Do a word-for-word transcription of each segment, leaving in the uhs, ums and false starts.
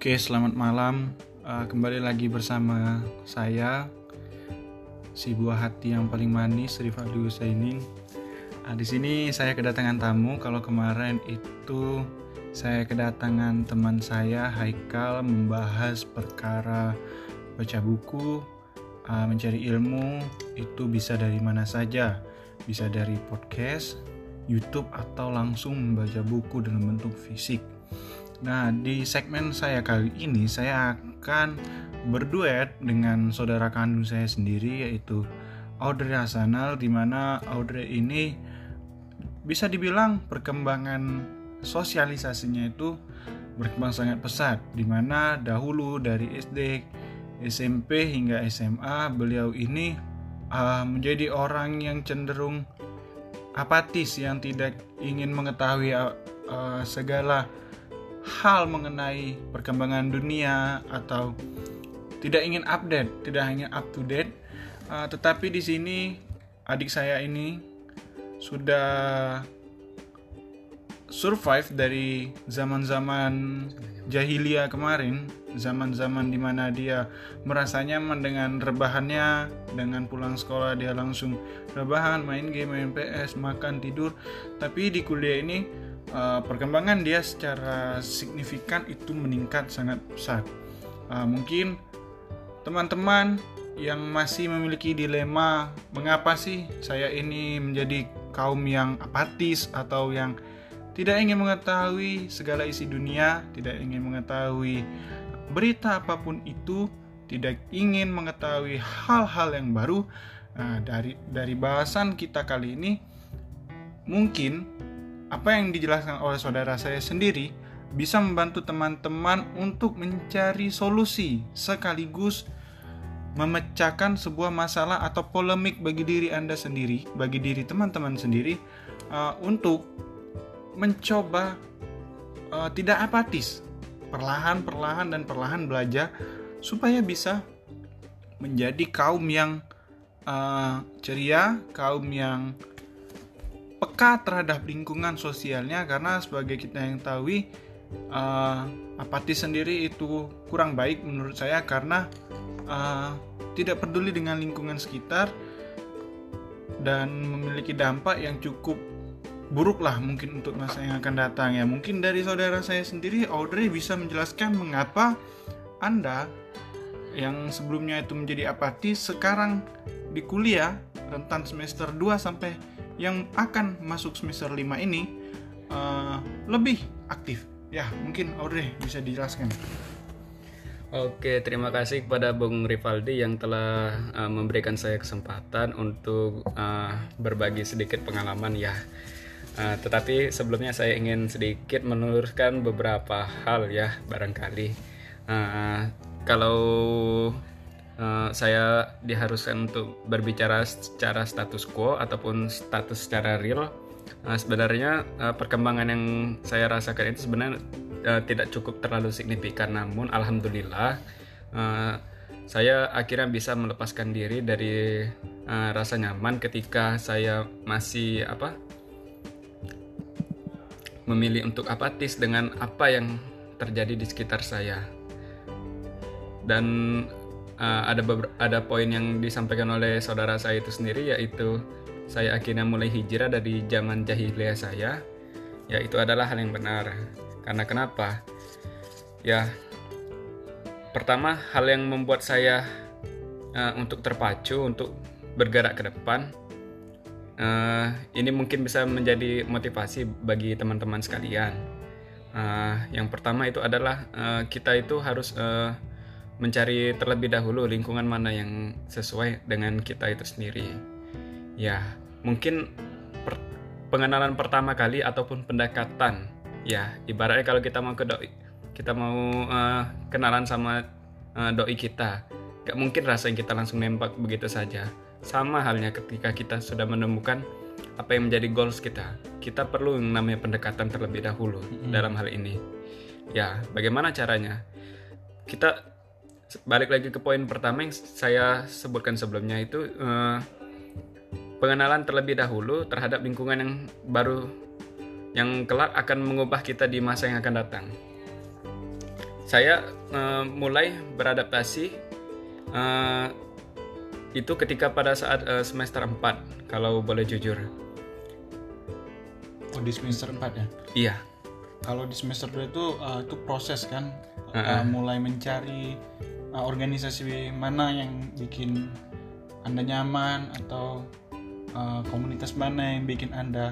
Oke, selamat malam. Uh, kembali lagi bersama saya, si buah hati yang paling manis, Rifaldi Husaini. Uh, di sini saya kedatangan tamu. Kalau kemarin itu saya kedatangan teman saya, Haikal, membahas perkara baca buku, uh, mencari ilmu. Itu bisa dari mana saja, bisa dari podcast, YouTube, atau langsung membaca buku dalam bentuk fisik. Nah, di segmen saya kali ini saya akan berduet dengan saudara kandung saya sendiri, yaitu Audrey Hasanal, di mana Audrey ini bisa dibilang perkembangan sosialisasinya itu berkembang sangat pesat, di mana dahulu dari S D, S M P hingga S M A beliau ini uh, menjadi orang yang cenderung apatis, yang tidak ingin mengetahui uh, uh, segala hal mengenai perkembangan dunia atau tidak ingin update, tidak hanya up to date. Uh, tetapi di sini adik saya ini sudah survive dari zaman-zaman jahiliyah kemarin, zaman-zaman dimana dia merasa nyaman dengan rebahannya, dengan pulang sekolah dia langsung rebahan, main game, main P S, makan, tidur. Tapi di kuliah ini Uh, perkembangan dia secara signifikan itu meningkat sangat besar. Uh, mungkin teman-teman yang masih memiliki dilema, mengapa sih saya ini menjadi kaum yang apatis atau yang tidak ingin mengetahui segala isi dunia, tidak ingin mengetahui berita apapun itu, tidak ingin mengetahui hal-hal yang baru. Nah, dari dari bahasan kita kali ini, mungkin apa yang dijelaskan oleh saudara saya sendiri bisa membantu teman-teman untuk mencari solusi sekaligus memecahkan sebuah masalah atau polemik bagi diri Anda sendiri, bagi diri teman-teman sendiri, uh, untuk mencoba uh, tidak apatis, perlahan-perlahan dan perlahan belajar supaya bisa menjadi kaum yang uh, ceria, kaum yang peka terhadap lingkungan sosialnya. Karena sebagai kita yang tahu, uh, apatis sendiri itu kurang baik menurut saya, karena uh, tidak peduli dengan lingkungan sekitar dan memiliki dampak yang cukup buruk lah mungkin untuk masa yang akan datang ya. Mungkin dari saudara saya sendiri, Audrey, bisa menjelaskan mengapa Anda yang sebelumnya itu menjadi apatis sekarang di kuliah rentan semester dua sampai yang akan masuk semester lima ini uh, lebih aktif. Ya, mungkin Audrey bisa dijelaskan. Oke, terima kasih kepada Bung Rifaldi yang telah uh, memberikan saya kesempatan untuk uh, berbagi sedikit pengalaman ya. Uh, tetapi sebelumnya saya ingin sedikit meluruskan beberapa hal ya, barangkali. Uh, kalau Uh, saya diharuskan untuk berbicara secara status quo ataupun status secara real. Uh, sebenarnya uh, perkembangan yang saya rasakan itu sebenarnya uh, tidak cukup terlalu signifikan, namun alhamdulillah uh, saya akhirnya bisa melepaskan diri dari uh, rasa nyaman ketika saya masih apa memilih untuk apatis dengan apa yang terjadi di sekitar saya. Dan Uh, ada beber- ada poin yang disampaikan oleh saudara saya itu sendiri, yaitu saya akhirnya mulai hijrah dari zaman jahiliyah saya. Ya, itu adalah hal yang benar. Karena kenapa? Ya, pertama hal yang membuat saya uh, untuk terpacu untuk bergerak ke depan. Uh, ini mungkin bisa menjadi motivasi bagi teman-teman sekalian. Uh, yang pertama itu adalah uh, kita itu harus uh, mencari terlebih dahulu lingkungan mana yang sesuai dengan kita itu sendiri. Ya, mungkin per, pengenalan pertama kali ataupun pendekatan. Ya, ibaratnya kalau kita mau ke doi, kita mau uh, kenalan sama uh, doi kita, gak mungkin rasanya kita langsung nembak begitu saja. Sama halnya ketika kita sudah menemukan apa yang menjadi goals kita, kita perlu yang namanya pendekatan terlebih dahulu mm-hmm. dalam hal ini. Ya, bagaimana caranya? Kita balik lagi ke poin pertama yang saya sebutkan sebelumnya, itu eh, pengenalan terlebih dahulu terhadap lingkungan yang baru yang kelak akan mengubah kita di masa yang akan datang. saya uh, mulai beradaptasi uh, itu ketika pada saat uh, semester empat, kalau boleh jujur. Oh, di semester empat ya? Iya. Kalau di semester dua itu uh, itu proses kan, uh-uh. uh, mulai mencari uh, organisasi mana yang bikin Anda nyaman, atau uh, komunitas mana yang bikin Anda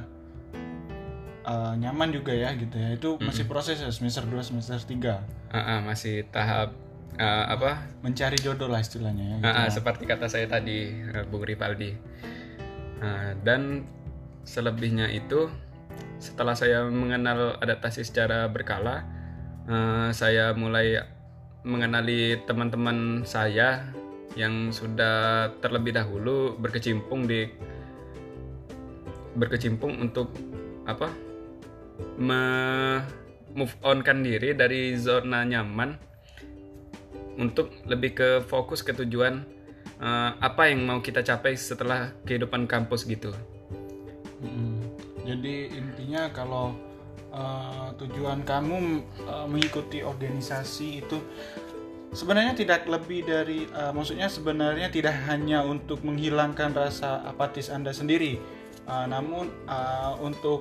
uh, nyaman juga ya gitu ya. Itu mm-hmm. masih proses ya, semester dua, semester tiga. Uh-uh, masih tahap uh, apa? Mencari jodoh lah istilahnya ya. Gitu uh-uh, ya. Seperti kata saya tadi, uh, Bung Ripaldi. Uh, dan selebihnya itu, setelah saya mengenal adaptasi secara berkala, uh, saya mulai mengenali teman-teman saya yang sudah terlebih dahulu berkecimpung di berkecimpung untuk apa me move on kan diri dari zona nyaman untuk lebih ke fokus ke tujuan uh, apa yang mau kita capai setelah kehidupan kampus gitu. Hmm. Jadi intinya kalau uh, tujuan kamu uh, mengikuti organisasi itu sebenarnya tidak lebih dari, uh, maksudnya sebenarnya tidak hanya untuk menghilangkan rasa apatis Anda sendiri, uh, namun uh, untuk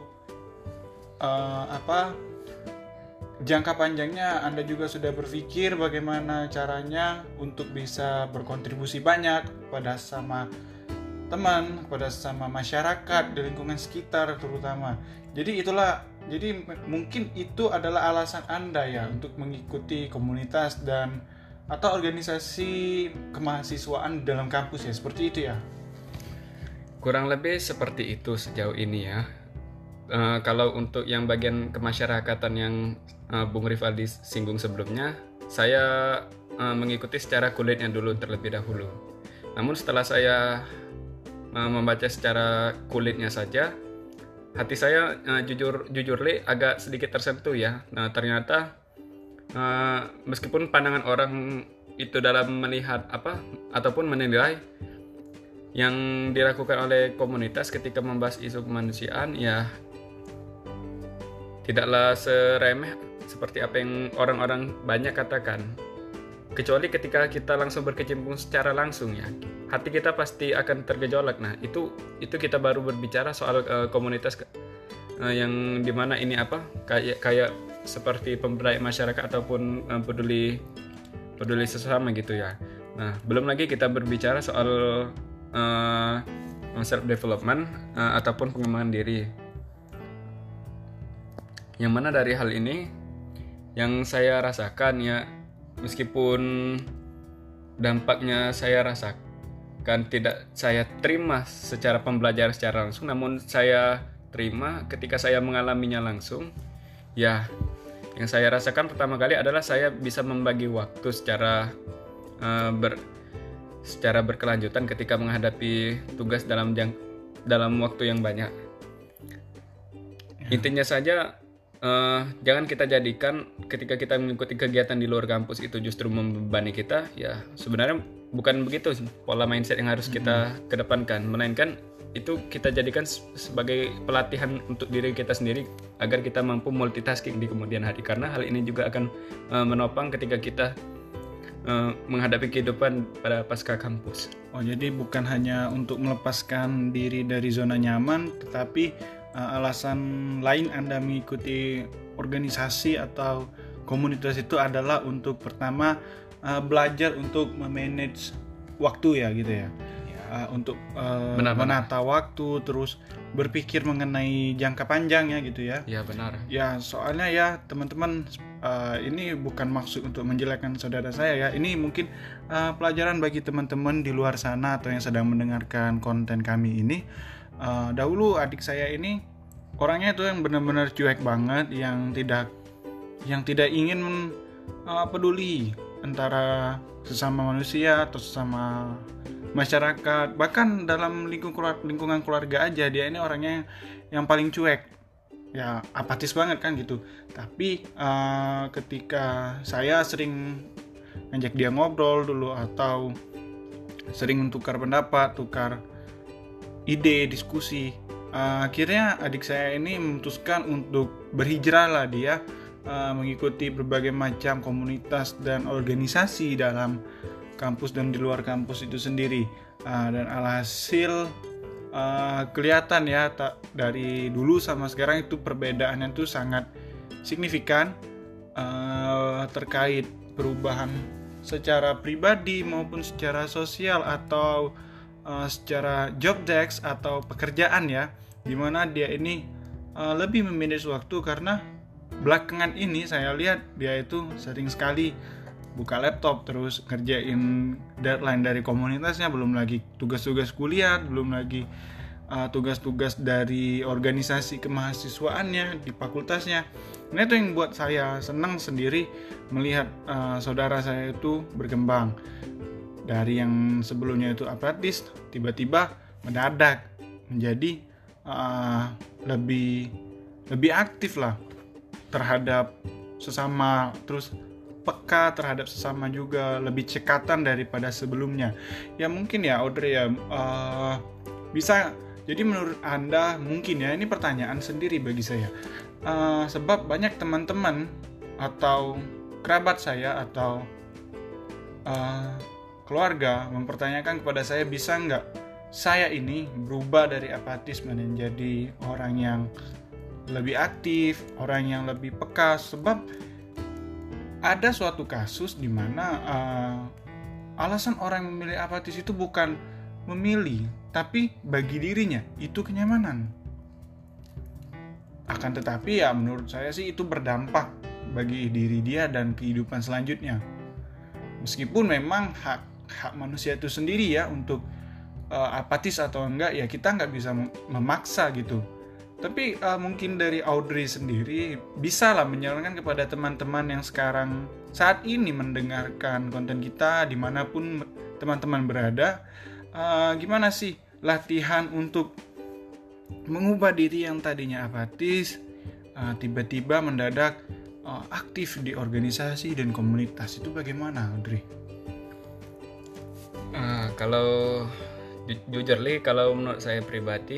uh, apa jangka panjangnya Anda juga sudah berpikir bagaimana caranya untuk bisa berkontribusi banyak pada sama teman, pada sama masyarakat di lingkungan sekitar terutama. Jadi itulah, jadi mungkin itu adalah alasan Anda ya untuk mengikuti komunitas dan atau organisasi kemahasiswaan dalam kampus ya, seperti itu ya? Kurang lebih seperti itu sejauh ini ya. Uh, kalau untuk yang bagian kemasyarakatan yang uh, Bung Rifaldi singgung sebelumnya, saya uh, mengikuti secara kulitnya dulu terlebih dahulu. Namun setelah saya uh, membaca secara kulitnya saja, hati saya uh, jujur jujur li agak sedikit tersentuh ya. Nah ternyata Uh, meskipun pandangan orang itu dalam melihat apa ataupun menilai yang dilakukan oleh komunitas ketika membahas isu kemanusiaan ya tidaklah seremeh seperti apa yang orang-orang banyak katakan, kecuali ketika kita langsung berkecimpung secara langsung ya, hati kita pasti akan tergejolak. Nah itu itu kita baru berbicara soal uh, komunitas uh, yang dimana ini apa kayak kayak seperti pemberdayaan masyarakat ataupun uh, peduli peduli sesama gitu ya. Nah, belum lagi kita berbicara soal uh, self development uh, ataupun pengembangan diri. Yang mana dari hal ini yang saya rasakan ya, meskipun dampaknya saya rasakan tidak saya terima secara pembelajaran secara langsung, namun saya terima ketika saya mengalaminya langsung. Ya, yang saya rasakan pertama kali adalah saya bisa membagi waktu secara uh, ber, secara berkelanjutan ketika menghadapi tugas dalam jang, dalam waktu yang banyak. Intinya saja uh, jangan kita jadikan ketika kita mengikuti kegiatan di luar kampus itu justru membebani kita. Ya sebenarnya bukan begitu pola mindset yang harus kita kedepankan, melainkan itu kita jadikan sebagai pelatihan untuk diri kita sendiri agar kita mampu multitasking di kemudian hari, karena hal ini juga akan uh, menopang ketika kita uh, menghadapi kehidupan pada pasca kampus. Oh, jadi bukan hanya untuk melepaskan diri dari zona nyaman, tetapi uh, alasan lain Anda mengikuti organisasi atau komunitas itu adalah untuk pertama uh, belajar untuk memanage waktu ya gitu ya. Uh, untuk uh, menata waktu, terus berpikir mengenai jangka panjang ya gitu ya. Ya benar. Ya soalnya ya teman-teman, uh, ini bukan maksud untuk menjelekkan saudara saya ya. Ini mungkin uh, pelajaran bagi teman-teman di luar sana atau yang sedang mendengarkan konten kami ini. Uh, dahulu adik saya ini orangnya itu yang benar-benar cuek banget, yang tidak yang tidak ingin uh, peduli antara sesama manusia atau sesama masyarakat, bahkan dalam lingkungan lingkungan keluarga aja dia ini orangnya yang paling cuek, ya apatis banget kan gitu. Tapi uh, ketika saya sering ngajak dia ngobrol dulu atau sering tukar pendapat, tukar ide, diskusi, uh, akhirnya adik saya ini memutuskan untuk berhijrah lah dia uh, mengikuti berbagai macam komunitas dan organisasi dalam kampus dan di luar kampus itu sendiri. Uh, dan alhasil uh, kelihatan ya tak, dari dulu sama sekarang itu perbedaannya itu sangat signifikan uh, terkait perubahan secara pribadi maupun secara sosial atau uh, secara job desk atau pekerjaan ya, dimana dia ini uh, lebih memanage waktu karena belakangan ini saya lihat dia itu sering sekali buka laptop terus ngerjain deadline dari komunitasnya, belum lagi tugas-tugas kuliah, belum lagi uh, tugas-tugas dari organisasi kemahasiswaannya di fakultasnya. Ini itu yang buat saya senang sendiri melihat uh, saudara saya itu berkembang dari yang sebelumnya itu apatis tiba-tiba mendadak menjadi uh, lebih lebih aktif lah terhadap sesama, terus peka terhadap sesama juga, lebih cekatan daripada sebelumnya. Ya mungkin ya Audrey ya uh, bisa. Jadi menurut Anda mungkin ya, ini pertanyaan sendiri bagi saya. Uh, sebab banyak teman-teman atau kerabat saya atau uh, keluarga mempertanyakan kepada saya, bisa nggak saya ini berubah dari apatis menjadi orang yang lebih aktif, orang yang lebih peka. Sebab ada suatu kasus di mana uh, alasan orang memilih apatis itu bukan memilih, tapi bagi dirinya itu kenyamanan. Akan tetapi ya menurut saya sih itu berdampak bagi diri dia dan kehidupan selanjutnya. Meskipun memang hak hak manusia itu sendiri ya untuk uh, apatis atau enggak, ya kita nggak bisa memaksa gitu. Tapi uh, mungkin dari Audrey sendiri bisa lah menyarankan kepada teman-teman yang sekarang saat ini mendengarkan konten kita dimanapun teman-teman berada, uh, gimana sih latihan untuk mengubah diri yang tadinya apatis uh, tiba-tiba mendadak uh, aktif di organisasi dan komunitas, itu bagaimana Audrey? Uh, kalau ju- jujur li, kalau menurut saya pribadi,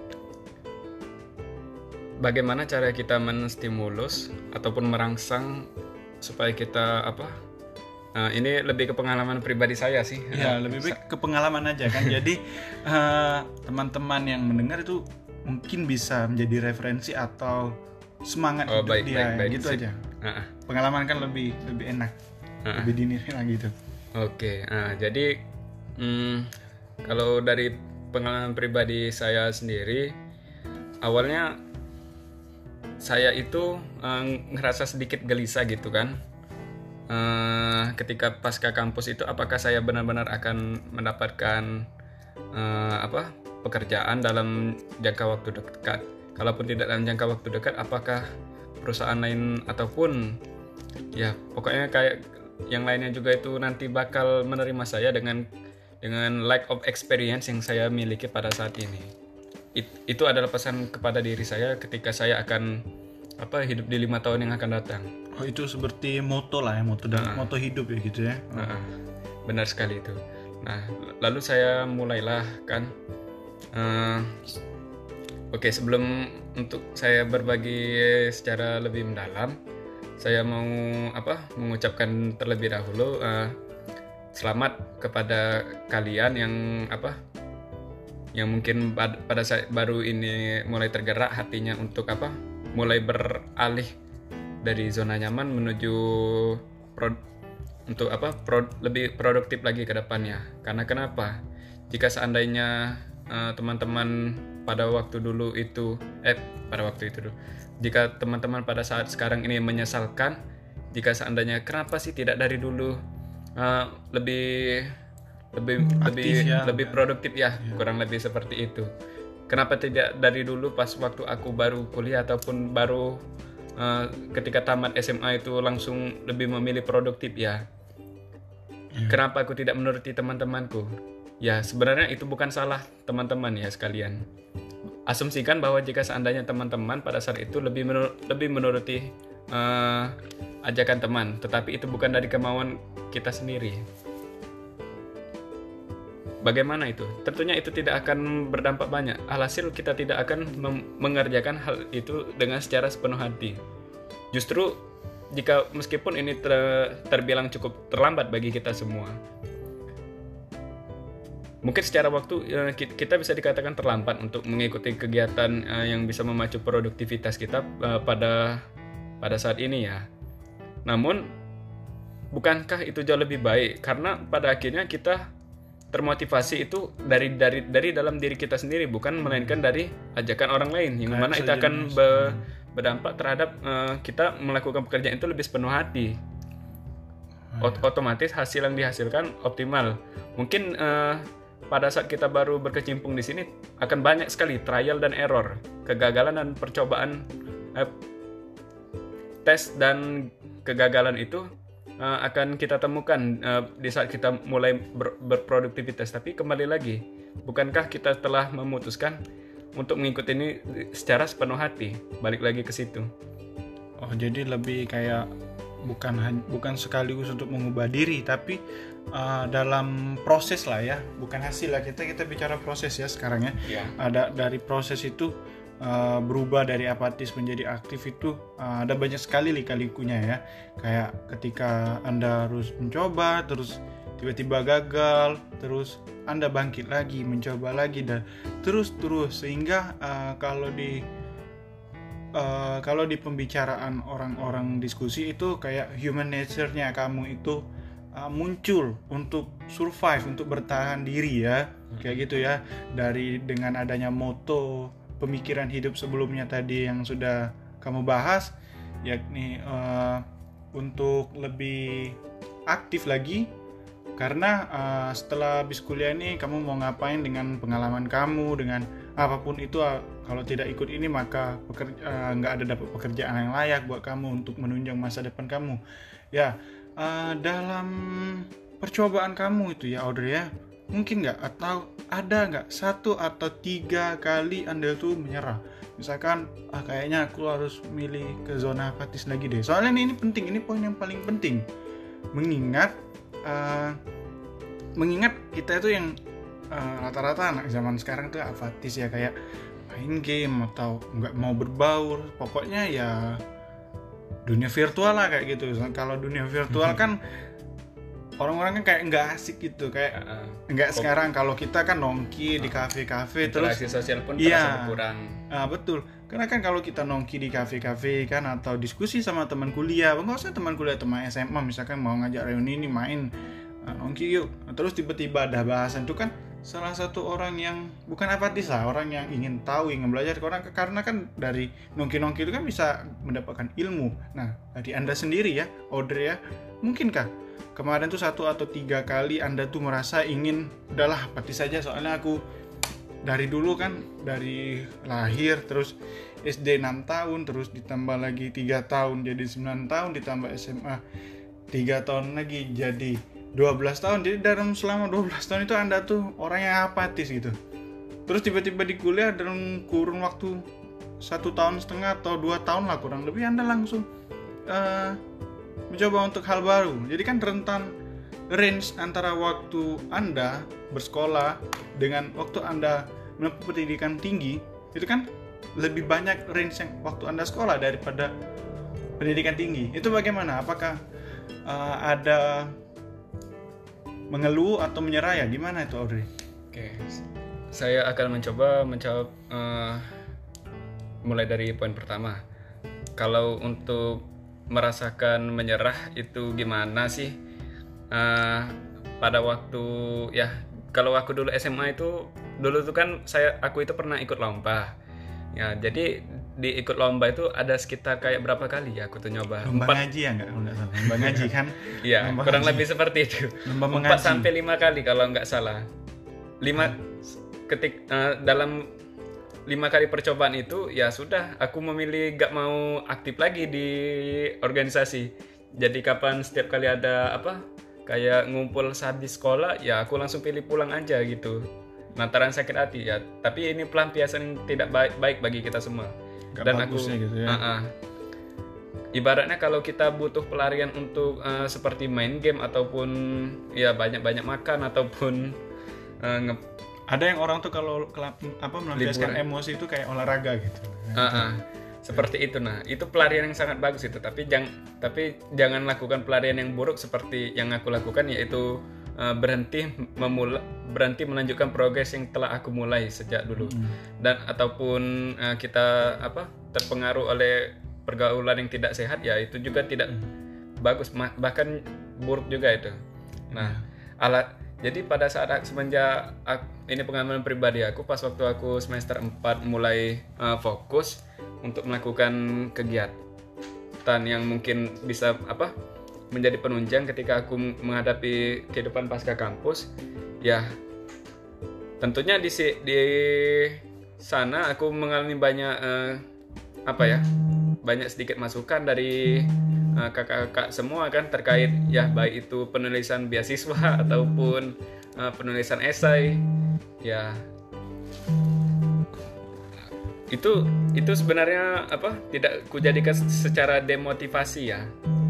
bagaimana cara kita menstimulus ataupun merangsang supaya kita apa? Nah, ini lebih ke pengalaman pribadi saya sih. Ya, lebih baik ke pengalaman aja kan. Jadi uh, teman-teman yang mendengar itu mungkin bisa menjadi referensi atau semangat oh, hidup baik, dia, baik, baik, gitu sip. aja. Uh-uh. Pengalaman kan lebih lebih enak, uh-uh. lebih dinirin lah gitu. Oke, nah, jadi hmm, kalau dari pengalaman pribadi saya sendiri, awalnya saya itu uh, ngerasa sedikit gelisah gitu kan, uh, ketika pasca kampus itu apakah saya benar-benar akan mendapatkan uh, apa pekerjaan dalam jangka waktu dekat. Kalaupun tidak dalam jangka waktu dekat, apakah perusahaan lain ataupun ya pokoknya kayak yang lainnya juga itu nanti bakal menerima saya dengan dengan lack of experience yang saya miliki pada saat ini. It, itu adalah pesan kepada diri saya ketika saya akan apa hidup di lima tahun yang akan datang. Oh, itu seperti moto lah ya, moto dan uh, moto hidup ya gitu ya. Uh, uh, benar sekali itu. Nah, lalu saya mulailah kan. Uh, Oke, okay, sebelum untuk saya berbagi secara lebih mendalam, saya mau apa mengucapkan terlebih dahulu uh, selamat kepada kalian yang apa yang mungkin pada saat baru ini mulai tergerak hatinya untuk apa mulai beralih dari zona nyaman menuju pro, untuk apa pro, lebih produktif lagi ke depannya. Karena kenapa? Jika seandainya uh, teman-teman pada waktu dulu itu eh pada waktu itu dulu jika teman-teman pada saat sekarang ini menyesalkan jika seandainya kenapa sih tidak dari dulu uh, lebih lebih Aktif lebih ya, lebih kan? produktif ya, ya kurang lebih seperti itu. Kenapa tidak dari dulu pas waktu aku baru kuliah ataupun baru uh, ketika tamat S M A itu langsung lebih memilih produktif ya? ya. Kenapa aku tidak menuruti teman-temanku? Ya sebenarnya itu bukan salah teman-teman ya sekalian. Asumsikan bahwa jika seandainya teman-teman pada saat itu lebih menur- lebih menuruti uh, ajakan teman, tetapi itu bukan dari kemauan kita sendiri. Bagaimana itu? Tentunya itu tidak akan berdampak banyak. Alhasil kita tidak akan mem- mengerjakan hal itu dengan secara sepenuh hati. Justru jika meskipun ini ter, terbilang cukup terlambat bagi kita semua. Mungkin secara waktu kita bisa dikatakan terlambat untuk mengikuti kegiatan yang bisa memacu produktivitas kita pada pada saat ini ya. Namun bukankah itu jauh lebih baik, karena pada akhirnya kita termotivasi itu dari dari dari dalam diri kita sendiri, bukan melainkan dari ajakan orang lain, yang mana itu akan be, berdampak terhadap uh, kita melakukan pekerjaan itu lebih sepenuh hati. Ot- otomatis hasil yang dihasilkan optimal. Mungkin uh, pada saat kita baru berkecimpung di sini akan banyak sekali trial dan error, kegagalan dan percobaan, uh, tes dan kegagalan itu uh, akan kita temukan uh, di saat kita mulai ber- berproduktivitas. Tapi kembali lagi, bukankah kita telah memutuskan untuk mengikuti ini secara sepenuh hati? Balik lagi ke situ. Oh, jadi lebih kayak bukan bukan sekaligus untuk mengubah diri, tapi uh, dalam proses lah ya, bukan hasil lah. Kita kita bicara proses ya sekarang ya. Yeah. Ada dari proses itu uh, berubah dari apatis menjadi aktif itu uh, ada banyak sekali lika-likunya ya. Kayak ketika Anda harus mencoba, terus tiba-tiba gagal, terus Anda bangkit lagi, mencoba lagi, dan terus-terus sehingga uh, kalau di uh, kalau di pembicaraan orang-orang diskusi itu kayak human nature-nya kamu itu uh, muncul untuk survive, untuk bertahan diri ya, kayak gitu ya. Dari dengan adanya moto pemikiran hidup sebelumnya tadi yang sudah kamu bahas, yakni uh, untuk lebih aktif lagi. Karena uh, setelah habis kuliah ini kamu mau ngapain dengan pengalaman kamu, dengan apapun itu, uh, kalau tidak ikut ini maka pekerja, uh, nggak ada dapat pekerjaan yang layak buat kamu untuk menunjang masa depan kamu. Ya, uh, dalam percobaan kamu itu ya Audrey ya, mungkin nggak atau ada nggak satu atau tiga kali Anda tuh menyerah? Misalkan, ah kayaknya aku harus milih ke zona apatis lagi deh. Soalnya ini, ini penting, ini poin yang paling penting. Mengingat Uh, mengingat kita itu yang uh, rata-rata anak zaman sekarang tuh apatis ya, kayak main game atau nggak mau berbaur, pokoknya ya dunia virtual lah kayak gitu. Kalau dunia virtual kan orang-orang kan kayak nggak asik gitu, kayak uh, nggak sekarang kalau kita kan nongki uh, di kafe-kafe, terus interaksi sosial pun iya, terasa berkurang. Uh, betul. Karena kan kalau kita nongki di kafe-kafe kan, atau diskusi sama teman kuliah, nggak usah teman kuliah, teman S M A misalkan mau ngajak reuni ini main uh, nongki yuk, terus tiba-tiba ada bahasan itu kan salah satu orang yang bukan apatis lah, orang yang ingin tahu, ingin belajar, orang karena kan dari nongki-nongki itu kan bisa mendapatkan ilmu. Nah, dari Anda sendiri ya, Audrey ya, mungkinkah kemarin tuh satu atau tiga kali Anda tuh merasa ingin udahlah apatis saja, soalnya aku dari dulu kan, dari lahir terus S D enam tahun, terus ditambah lagi tiga tahun jadi sembilan tahun, ditambah S M A tiga tahun lagi jadi dua belas tahun. Jadi dalam selama dua belas tahun itu Anda tuh orang yang apatis gitu. Terus tiba-tiba di kuliah dalam kurun waktu satu tahun setengah atau dua tahun lah kurang lebih, Anda langsung uh, mencoba untuk hal baru. Jadi kan rentan range antara waktu Anda bersekolah dengan waktu Anda menempuh pendidikan tinggi itu kan lebih banyak range yang waktu Anda sekolah daripada pendidikan tinggi. Itu bagaimana? Apakah uh, ada mengeluh atau menyerah ya? Gimana itu Audrey? Oke, saya akan mencoba menjawab uh, mulai dari poin pertama. Kalau untuk merasakan menyerah itu gimana sih? Uh, pada waktu ya, kalau aku dulu S M A itu dulu tuh kan saya aku itu pernah ikut lomba ya. Jadi di ikut lomba itu ada sekitar kayak berapa kali ya aku tuh nyoba lomba empat, ngaji ya nggak nggak salah lomba ngaji kan. Iya, kurang ngaji. Lebih seperti itu, empat sampai lima kali kalau nggak salah. Lima ketik uh, dalam lima kali percobaan itu ya sudah aku memilih gak mau aktif lagi di organisasi. Jadi kapan setiap kali ada apa kayak ngumpul saat di sekolah ya aku langsung pilih pulang aja gitu, lantaran sakit hati ya. Tapi ini pelampiasan tidak baik, baik bagi kita semua. Gak dan aku gitu ya. uh-uh. Ibaratnya kalau kita butuh pelarian untuk uh, seperti main game ataupun ya banyak-banyak makan ataupun uh, nge- ada yang orang tuh kalau kelap, apa melampiaskan emosi itu kayak olahraga gitu. Uh-uh. seperti itu. Nah, itu pelarian yang sangat bagus itu, tapi jangan tapi jangan lakukan pelarian yang buruk seperti yang aku lakukan, yaitu uh, berhenti memula berhenti melanjutkan progres yang telah aku mulai sejak dulu. Hmm. Dan ataupun uh, kita apa terpengaruh oleh pergaulan yang tidak sehat, ya itu juga tidak hmm. bagus, bahkan buruk juga itu. Nah, alat jadi pada saat semenjak aku, ini pengalaman pribadi aku pas waktu aku semester empat mulai uh, fokus untuk melakukan kegiatan yang mungkin bisa apa menjadi penunjang ketika aku menghadapi kehidupan pasca kampus. Ya, tentunya di di sana aku mengalami banyak uh, apa ya? banyak sedikit masukan dari uh, kakak-kakak semua kan terkait ya baik itu penulisan beasiswa ataupun uh, penulisan esai. Ya, itu itu sebenarnya apa tidak kujadikan secara demotivasi ya.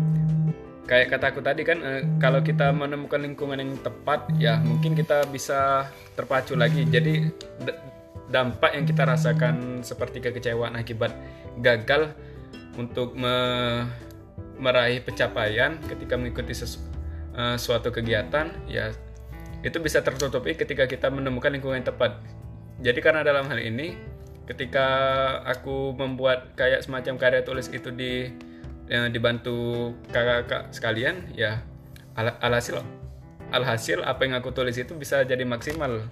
Kayak kataku tadi kan eh, kalau kita menemukan lingkungan yang tepat, ya mungkin kita bisa terpacu lagi. Jadi d- dampak yang kita rasakan seperti kekecewaan akibat gagal untuk me- meraih pencapaian ketika mengikuti sesu- uh, suatu kegiatan, ya itu bisa tertutupi ketika kita menemukan lingkungan yang tepat. Jadi karena dalam hal ini ketika aku membuat kayak semacam karya tulis itu di yang dibantu kakak-kakak sekalian, ya al- alhasil alhasil apa yang aku tulis itu bisa jadi maksimal.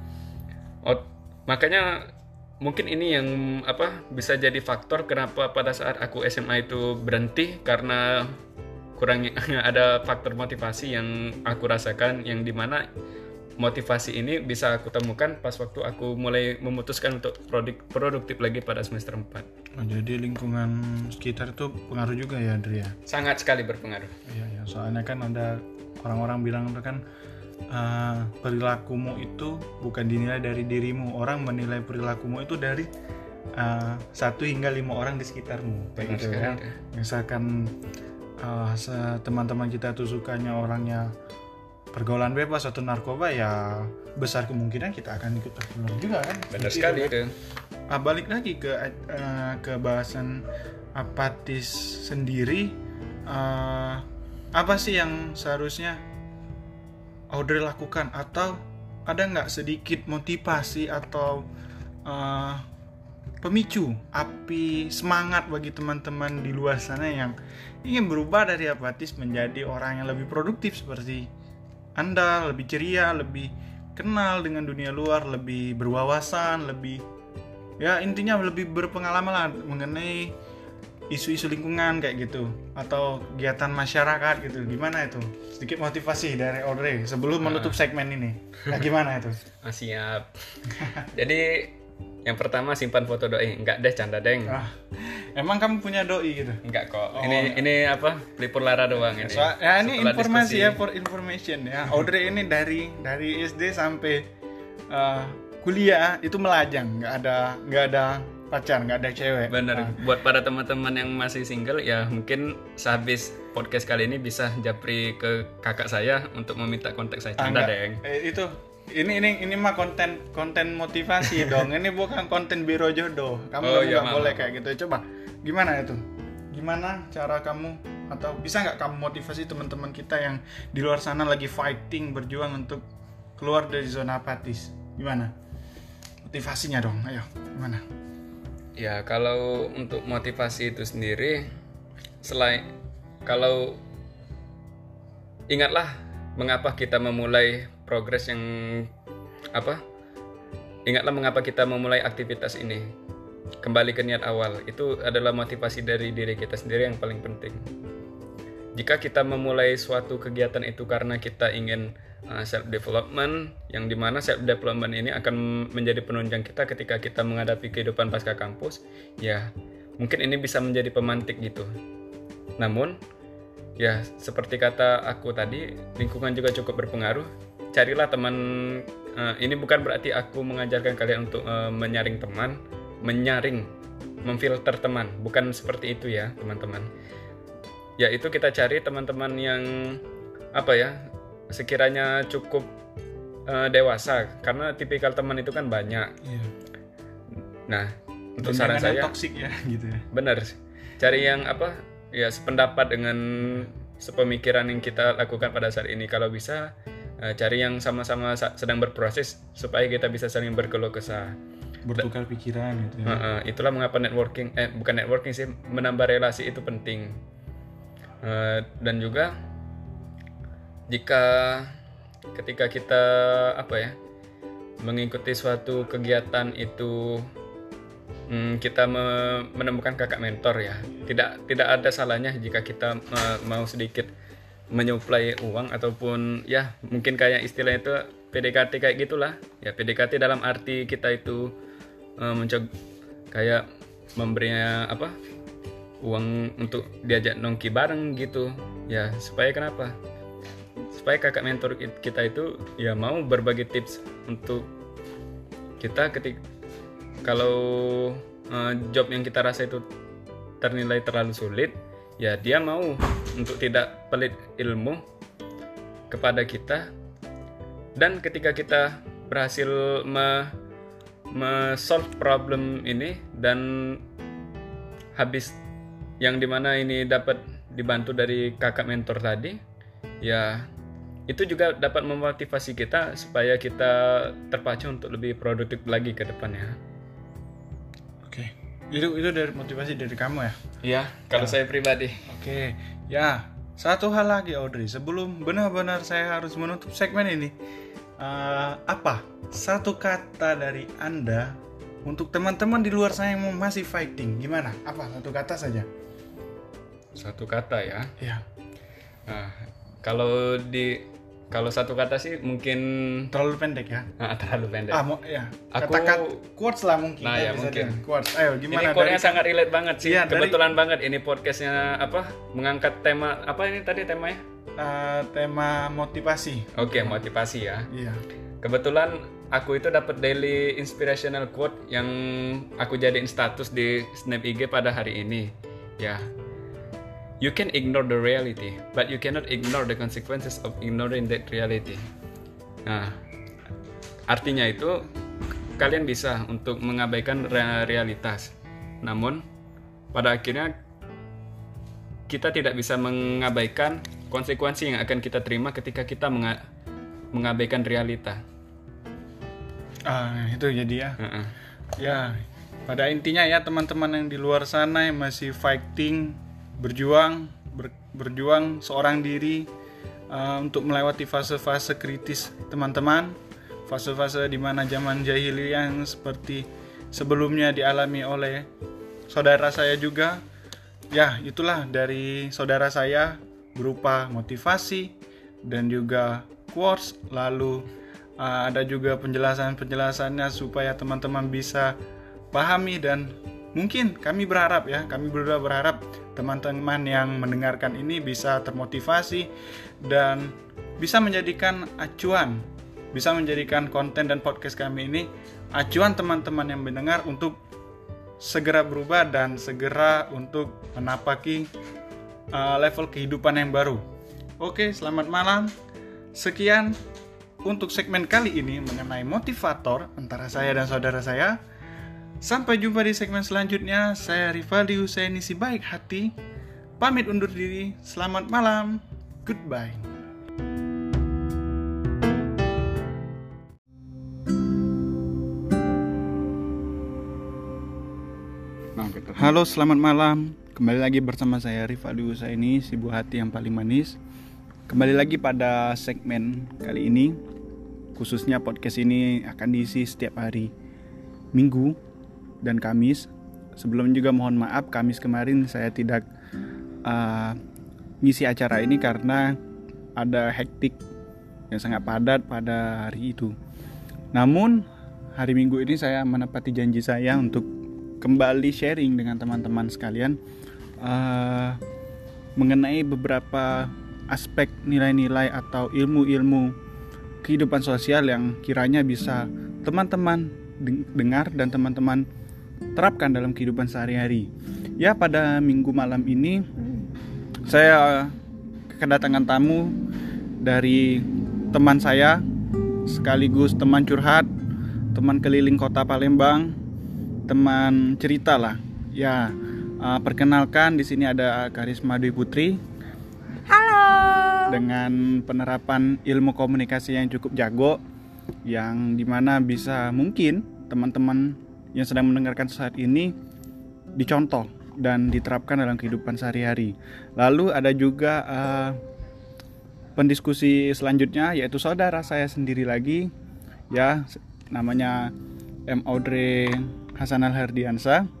Oh, makanya mungkin ini yang apa bisa jadi faktor kenapa pada saat aku S M A itu berhenti, karena kurangnya ada faktor motivasi yang aku rasakan, yang dimana motivasi ini bisa aku temukan pas waktu aku mulai memutuskan untuk produk, produktif lagi pada semester empat. Oh, jadi lingkungan sekitar itu pengaruh juga ya, Andrea? Sangat sekali berpengaruh. Iya, ya. Soalnya kan ada orang-orang bilang itu kan uh, perilakumu itu bukan dinilai dari dirimu. Orang menilai perilakumu itu dari uh, satu hingga lima orang di sekitarmu. Kayak gitu kan. Ya. Misalkan uh, teman-teman kita tuh sukanya orangnya pergaulan bebas atau narkoba, ya besar kemungkinan kita akan ikut tertular juga kan. Benar sekali itu. Ah, balik lagi ke uh, ke bahasan apatis sendiri, uh, apa sih yang seharusnya Audrey lakukan, atau ada nggak sedikit motivasi atau uh, pemicu api semangat bagi teman-teman di luar sana yang ingin berubah dari apatis menjadi orang yang lebih produktif seperti Anda, lebih ceria, lebih kenal dengan dunia luar, lebih berwawasan, lebih ya intinya lebih berpengalaman lah mengenai isu-isu lingkungan kayak gitu, atau kegiatan masyarakat gitu. Gimana itu? Sedikit motivasi dari Audrey sebelum menutup segmen ini. Nah, gimana itu? Ah, siap. Jadi yang pertama simpan foto doi. Enggak deh, canda deng. Ah, emang kamu punya doi gitu? Enggak kok. Oh, ini enggak. Ini apa? Pelipur lara doang ini. So, ya ini Setelah informasi diskusi. ya, for information ya. Audrey ini dari dari S D sampai uh, kuliah itu melajang, nggak ada nggak ada pacar, nggak ada cewek. Bener. Nah. Buat para teman-teman yang masih single, ya mungkin sehabis podcast kali ini bisa japri ke kakak saya untuk meminta kontak saya. Canda deng. Eh, itu ini ini ini mah konten konten motivasi dong. Ini bukan konten biro jodoh. Kamu Oh, nggak iya, boleh maaf. kayak gitu. Coba gimana itu? Gimana cara kamu, atau bisa nggak kamu motivasi teman-teman kita yang di luar sana lagi fighting berjuang untuk keluar dari zona apatis? Gimana? Motivasinya dong. Ayo, gimana? Ya, kalau untuk motivasi itu sendiri, selain kalau ingatlah mengapa kita memulai progres yang apa? Ingatlah mengapa kita memulai aktivitas ini. Kembali ke niat awal. Itu adalah motivasi dari diri kita sendiri yang paling penting. Jika kita memulai suatu kegiatan itu karena kita ingin uh, self development, yang dimana self development ini akan menjadi penunjang kita ketika kita menghadapi kehidupan pasca kampus, ya mungkin ini bisa menjadi pemantik gitu. Namun ya seperti kata aku tadi, lingkungan juga cukup berpengaruh. Carilah teman. Uh, ini bukan berarti aku mengajarkan kalian untuk uh, menyaring teman, menyaring, memfilter teman, bukan seperti itu ya teman-teman. Ya itu kita cari teman-teman yang apa ya, sekiranya cukup uh, dewasa, karena tipikal teman itu kan banyak. Iya. Nah, untuk Dan saran jangan yang saya toksik ya gitu ya. benar, cari yang apa ya sependapat dengan sepemikiran yang kita lakukan pada saat ini. Kalau bisa uh, cari yang sama-sama sa- sedang berproses supaya kita bisa saling berkeluh kesah, Bertukar pikiran gitu ya. uh, uh, itulah mengapa networking eh bukan networking sih, menambah relasi itu penting. Uh, dan juga jika ketika kita apa ya mengikuti suatu kegiatan itu, hmm, kita me- menemukan kakak mentor ya, tidak tidak ada salahnya jika kita uh, mau sedikit menyuplai uang ataupun ya mungkin kayak istilah itu P D K T kayak gitulah ya. P D K T dalam arti kita itu uh, mencoba kayak memberinya apa uang untuk diajak nongki bareng gitu ya, supaya kenapa supaya kakak mentor kita itu ya mau berbagi tips untuk kita ketika kalau uh, job yang kita rasa itu ternilai terlalu sulit, ya dia mau untuk tidak pelit ilmu kepada kita. Dan ketika kita berhasil me, me solve problem ini dan habis yang dimana ini dapat dibantu dari kakak mentor tadi, ya itu juga dapat memotivasi kita supaya kita terpacu untuk lebih produktif lagi ke depannya. Oke, itu itu dari motivasi dari kamu ya. Iya, kalau Ya. saya pribadi. Oke, ya satu hal lagi Audrey, sebelum benar-benar saya harus menutup segmen ini, uh, apa satu kata dari Anda untuk teman-teman di luar sana yang masih fighting, gimana? Apa satu kata saja? Satu kata ya. Ya, Nah, kalau di kalau satu kata sih mungkin terlalu pendek ya. ah, terlalu pendek. Ah, mau ya. Aku- Kata-kata quotes lah mungkin. Nah, ya, bisa mungkin. dia. Quotes. Ayo Ini gimana quote-nya dari sangat relate banget sih. Iya, dari- Kebetulan banget ini podcastnya apa mengangkat tema apa ini tadi temanya? uh, tema motivasi. Oke, motivasi ya. Iya. Kebetulan aku itu dapat daily inspirational quote yang aku jadiin status di Snap I G pada hari ini. Ya. You can ignore the reality, but you cannot ignore the consequences of ignoring that reality. Nah, artinya itu kalian bisa untuk mengabaikan re- realitas. Namun, pada akhirnya kita tidak bisa mengabaikan konsekuensi yang akan kita terima ketika kita menga- mengabaikan realita. Ah, itu jadi ya. Uh-uh. Ya, pada intinya ya teman-teman yang di luar sana yang masih fighting, berjuang, ber- berjuang seorang diri uh, untuk melewati fase-fase kritis teman-teman, fase-fase di mana zaman jahiliyah yang seperti sebelumnya dialami oleh saudara saya juga. Ya, itulah dari saudara saya berupa motivasi dan juga quotes, lalu uh, ada juga penjelasan-penjelasannya supaya teman-teman bisa pahami, dan mungkin kami berharap ya, kami berdua berharap teman-teman yang mendengarkan ini bisa termotivasi dan bisa menjadikan acuan, bisa menjadikan konten dan podcast kami ini acuan teman-teman yang mendengar untuk segera berubah dan segera untuk menapaki uh, level kehidupan yang baru. Oke, selamat malam. Sekian untuk segmen kali ini mengenai motivator antara saya dan saudara saya. Sampai jumpa di segmen selanjutnya. Saya Rivaldi Husaini si baik hati, pamit undur diri. Selamat malam. Goodbye. Halo, selamat malam. Kembali lagi bersama saya Rivaldi Husaini, si buah hati yang paling manis. Kembali lagi pada segmen kali ini. Khususnya podcast ini akan diisi setiap hari Minggu dan Kamis. Sebelum juga mohon maaf, Kamis kemarin saya tidak uh, ngisi acara ini karena ada hektik yang sangat padat pada hari itu. Namun hari Minggu ini saya menepati janji saya untuk kembali sharing dengan teman-teman sekalian uh, mengenai beberapa aspek nilai-nilai atau ilmu-ilmu kehidupan sosial yang kiranya bisa teman-teman dengar dan teman-teman terapkan dalam kehidupan sehari-hari. Ya, pada minggu malam ini saya kedatangan tamu dari teman saya sekaligus teman curhat, teman keliling kota Palembang, teman cerita lah. Ya, uh, perkenalkan di sini ada Karisma Dwi Putri. Halo. Dengan penerapan ilmu komunikasi yang cukup jago, yang dimana bisa mungkin teman-teman yang sedang mendengarkan saat ini dicontoh dan diterapkan dalam kehidupan sehari-hari. Lalu ada juga uh, pendiskusi selanjutnya, yaitu saudara saya sendiri lagi, ya, namanya M. Audrey Hasanal Herdiansa,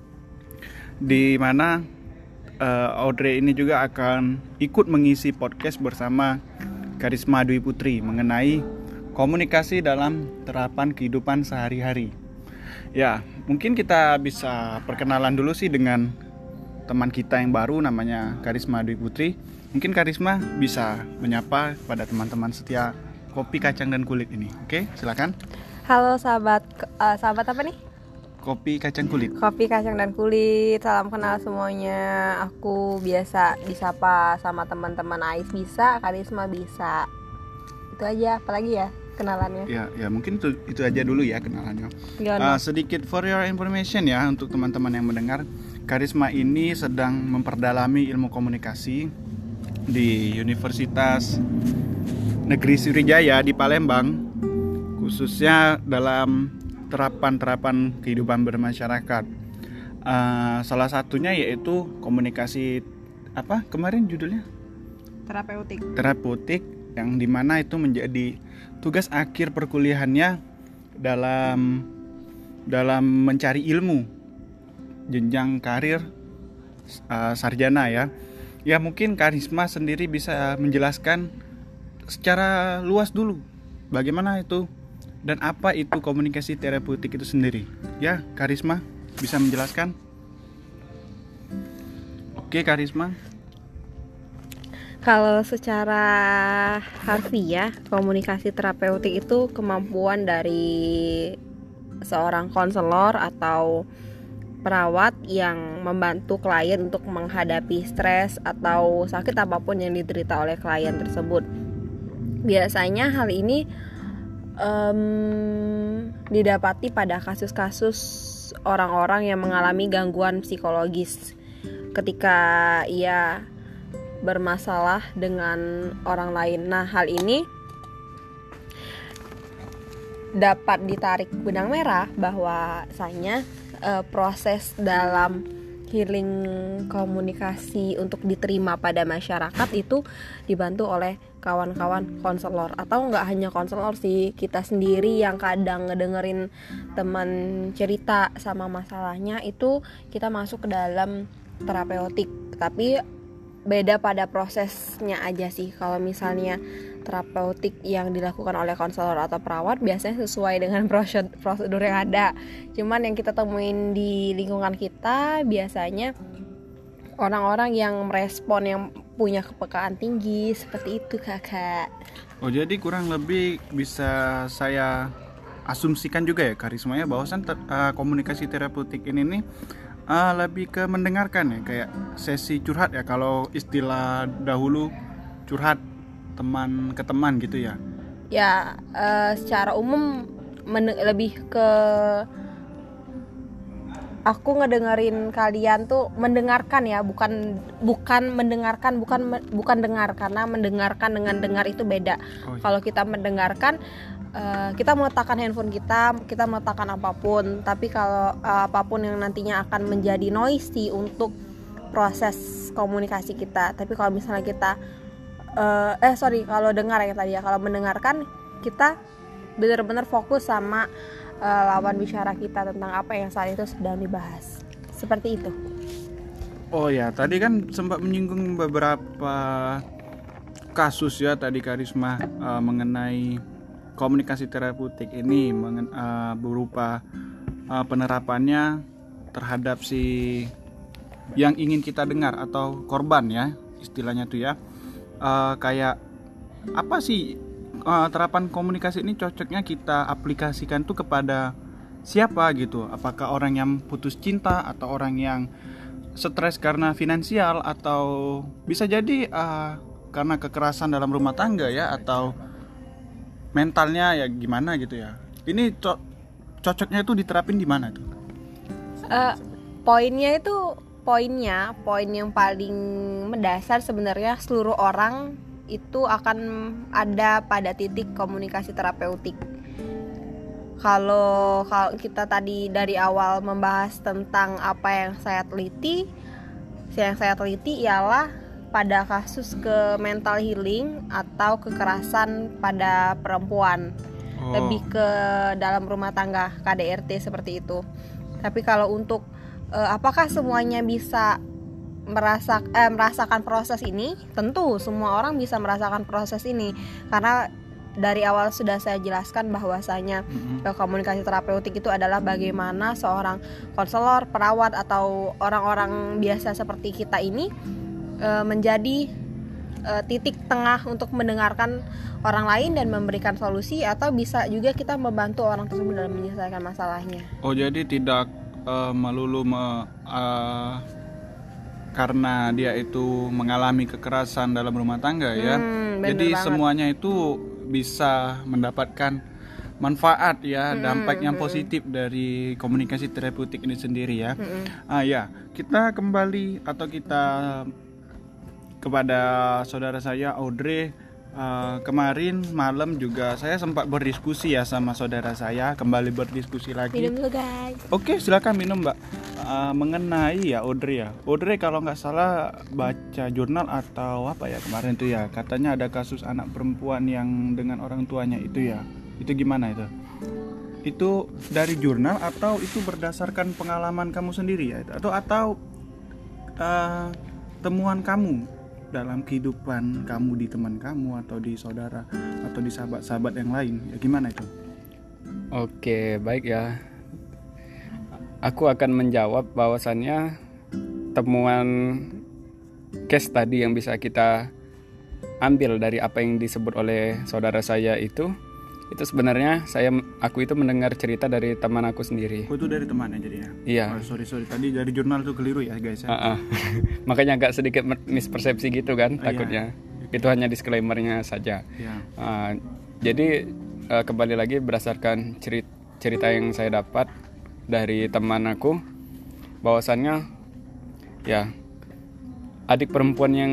di mana uh, Audrey ini juga akan ikut mengisi podcast bersama Karisma Dwi Putri mengenai komunikasi dalam terapan kehidupan sehari-hari. Ya, mungkin kita bisa perkenalan dulu sih dengan teman kita yang baru, namanya Karisma Dwi Putri. Mungkin Karisma bisa menyapa pada teman-teman setia Kopi Kacang dan Kulit ini. Oke, silakan. Halo sahabat, uh, sahabat apa nih? Kopi Kacang Kulit. Kopi Kacang dan Kulit. Salam kenal semuanya. Aku biasa disapa sama teman-teman Ais bisa, Karisma bisa. Itu aja, apalagi ya kenalannya. Ya, ya mungkin itu itu aja dulu ya kenalannya. Uh, sedikit for your information ya untuk teman-teman yang mendengar, Karisma ini sedang memperdalami ilmu komunikasi di Universitas Negeri Sriwijaya di Palembang, khususnya dalam terapan-terapan kehidupan bermasyarakat. Uh, salah satunya yaitu komunikasi apa kemarin judulnya? Terapeutik. Terapeutik, yang dimana itu menjadi tugas akhir perkuliahannya dalam dalam mencari ilmu jenjang karir uh, sarjana ya. Ya mungkin Karisma sendiri bisa menjelaskan secara luas dulu bagaimana itu dan apa itu komunikasi terapeutik itu sendiri. Ya, Karisma bisa menjelaskan? Oke, Karisma. Kalau secara harfiah, komunikasi terapeutik itu kemampuan dari seorang konselor atau perawat yang membantu klien untuk menghadapi stres atau sakit apapun yang diderita oleh klien tersebut. Biasanya hal ini um, didapati pada kasus-kasus orang-orang yang mengalami gangguan psikologis ketika ia bermasalah dengan orang lain. Nah, hal ini dapat ditarik benang merah bahwasanya uh, proses dalam healing komunikasi untuk diterima pada masyarakat itu dibantu oleh kawan-kawan konselor, atau nggak hanya konselor sih, kita sendiri yang kadang ngedengerin teman cerita sama masalahnya itu kita masuk ke dalam terapeutik, tapi beda pada prosesnya aja sih. Kalau misalnya terapeutik yang dilakukan oleh konselor atau perawat biasanya sesuai dengan prosedur yang ada. Cuman yang kita temuin di lingkungan kita biasanya orang-orang yang merespon, yang punya kepekaan tinggi, seperti itu kakak. Oh, jadi kurang lebih bisa saya asumsikan juga ya Karismanya bahwasan ter, uh, komunikasi terapeutik ini nih Uh, lebih ke mendengarkan ya, kayak sesi curhat ya, kalau istilah dahulu curhat teman ke teman gitu ya. Ya, uh, secara umum men- lebih ke aku ngedengerin kalian tuh mendengarkan ya, bukan bukan mendengarkan, bukan bukan dengar, karena mendengarkan dengan dengar itu beda. Oh, iya. Kalau kita mendengarkan, Uh, kita meletakkan handphone kita, kita meletakkan apapun. Tapi kalau uh, apapun yang nantinya akan menjadi noisy untuk proses komunikasi kita. Tapi kalau misalnya kita uh, eh sorry kalau dengar ya tadi ya, kalau mendengarkan kita benar-benar fokus sama uh, lawan bicara kita tentang apa yang saat itu sedang dibahas. Seperti itu. Oh ya, tadi kan sempat menyinggung beberapa kasus ya tadi Karisma uh, mengenai komunikasi terapeutik ini mengen, uh, berupa uh, penerapannya terhadap si yang ingin kita dengar atau korban ya istilahnya tuh ya. Uh, kayak apa sih uh, terapan komunikasi ini cocoknya kita aplikasikan tuh kepada siapa gitu? Apakah orang yang putus cinta atau orang yang stres karena finansial, atau bisa jadi uh, karena kekerasan dalam rumah tangga ya, atau mentalnya ya gimana gitu ya. Ini co- cocoknya itu diterapin di mana tuh? Uh, poinnya itu poinnya poin yang paling mendasar sebenarnya seluruh orang itu akan ada pada titik komunikasi terapeutik. Kalau kalau kita tadi dari awal membahas tentang apa yang saya teliti, yang saya teliti ialah pada kasus ke mental healing atau kekerasan pada perempuan. Oh. Lebih ke dalam rumah tangga, K D R T seperti itu. Tapi kalau untuk eh, apakah semuanya bisa merasa eh, merasakan proses ini? Tentu semua orang bisa merasakan proses ini, karena dari awal sudah saya jelaskan bahwasanya mm-hmm. komunikasi terapeutik itu adalah bagaimana seorang konselor, perawat atau orang-orang biasa seperti kita ini eh, menjadi eh, titik tengah untuk mendengarkan orang lain dan memberikan solusi, atau bisa juga kita membantu orang tersebut dalam menyelesaikan masalahnya. Oh, jadi tidak uh, melulu me, uh, karena dia itu mengalami kekerasan dalam rumah tangga ya. Hmm, jadi banget. Semuanya itu bisa mendapatkan manfaat ya, hmm, dampak yang hmm. positif dari komunikasi terapeutik ini sendiri ya. Hmm. Ah ya, kita kembali atau kita kepada saudara saya Audrey. Uh, kemarin malam juga saya sempat berdiskusi ya sama saudara saya, kembali berdiskusi lagi. Minum dulu guys. Oke, silakan minum Mbak. Uh, mengenai ya Audrey ya, Audrey kalau nggak salah baca jurnal atau apa ya kemarin tuh ya, katanya ada kasus anak perempuan yang dengan orang tuanya itu ya. Itu gimana itu? Itu dari jurnal atau itu berdasarkan pengalaman kamu sendiri ya? Atau atau uh, temuan kamu dalam kehidupan kamu di teman kamu atau di saudara atau di sahabat-sahabat yang lain ya, gimana itu? Oke, baik ya. Aku akan menjawab bahwasannya temuan case tadi yang bisa kita ambil dari apa yang disebut oleh saudara saya itu itu sebenarnya saya aku itu mendengar cerita dari teman aku sendiri. Oh, itu dari temannya jadinya? Iya. Oh, sorry sorry tadi dari jurnal tuh keliru ya guys ya. Uh-uh. Makanya agak sedikit mispersepsi gitu kan, uh, takutnya. Iya. Itu hanya disclaimer-nya saja. Iya. Uh, jadi uh, kembali lagi berdasarkan cerita, cerita yang saya dapat dari teman aku, bahwasannya ya adik perempuan yang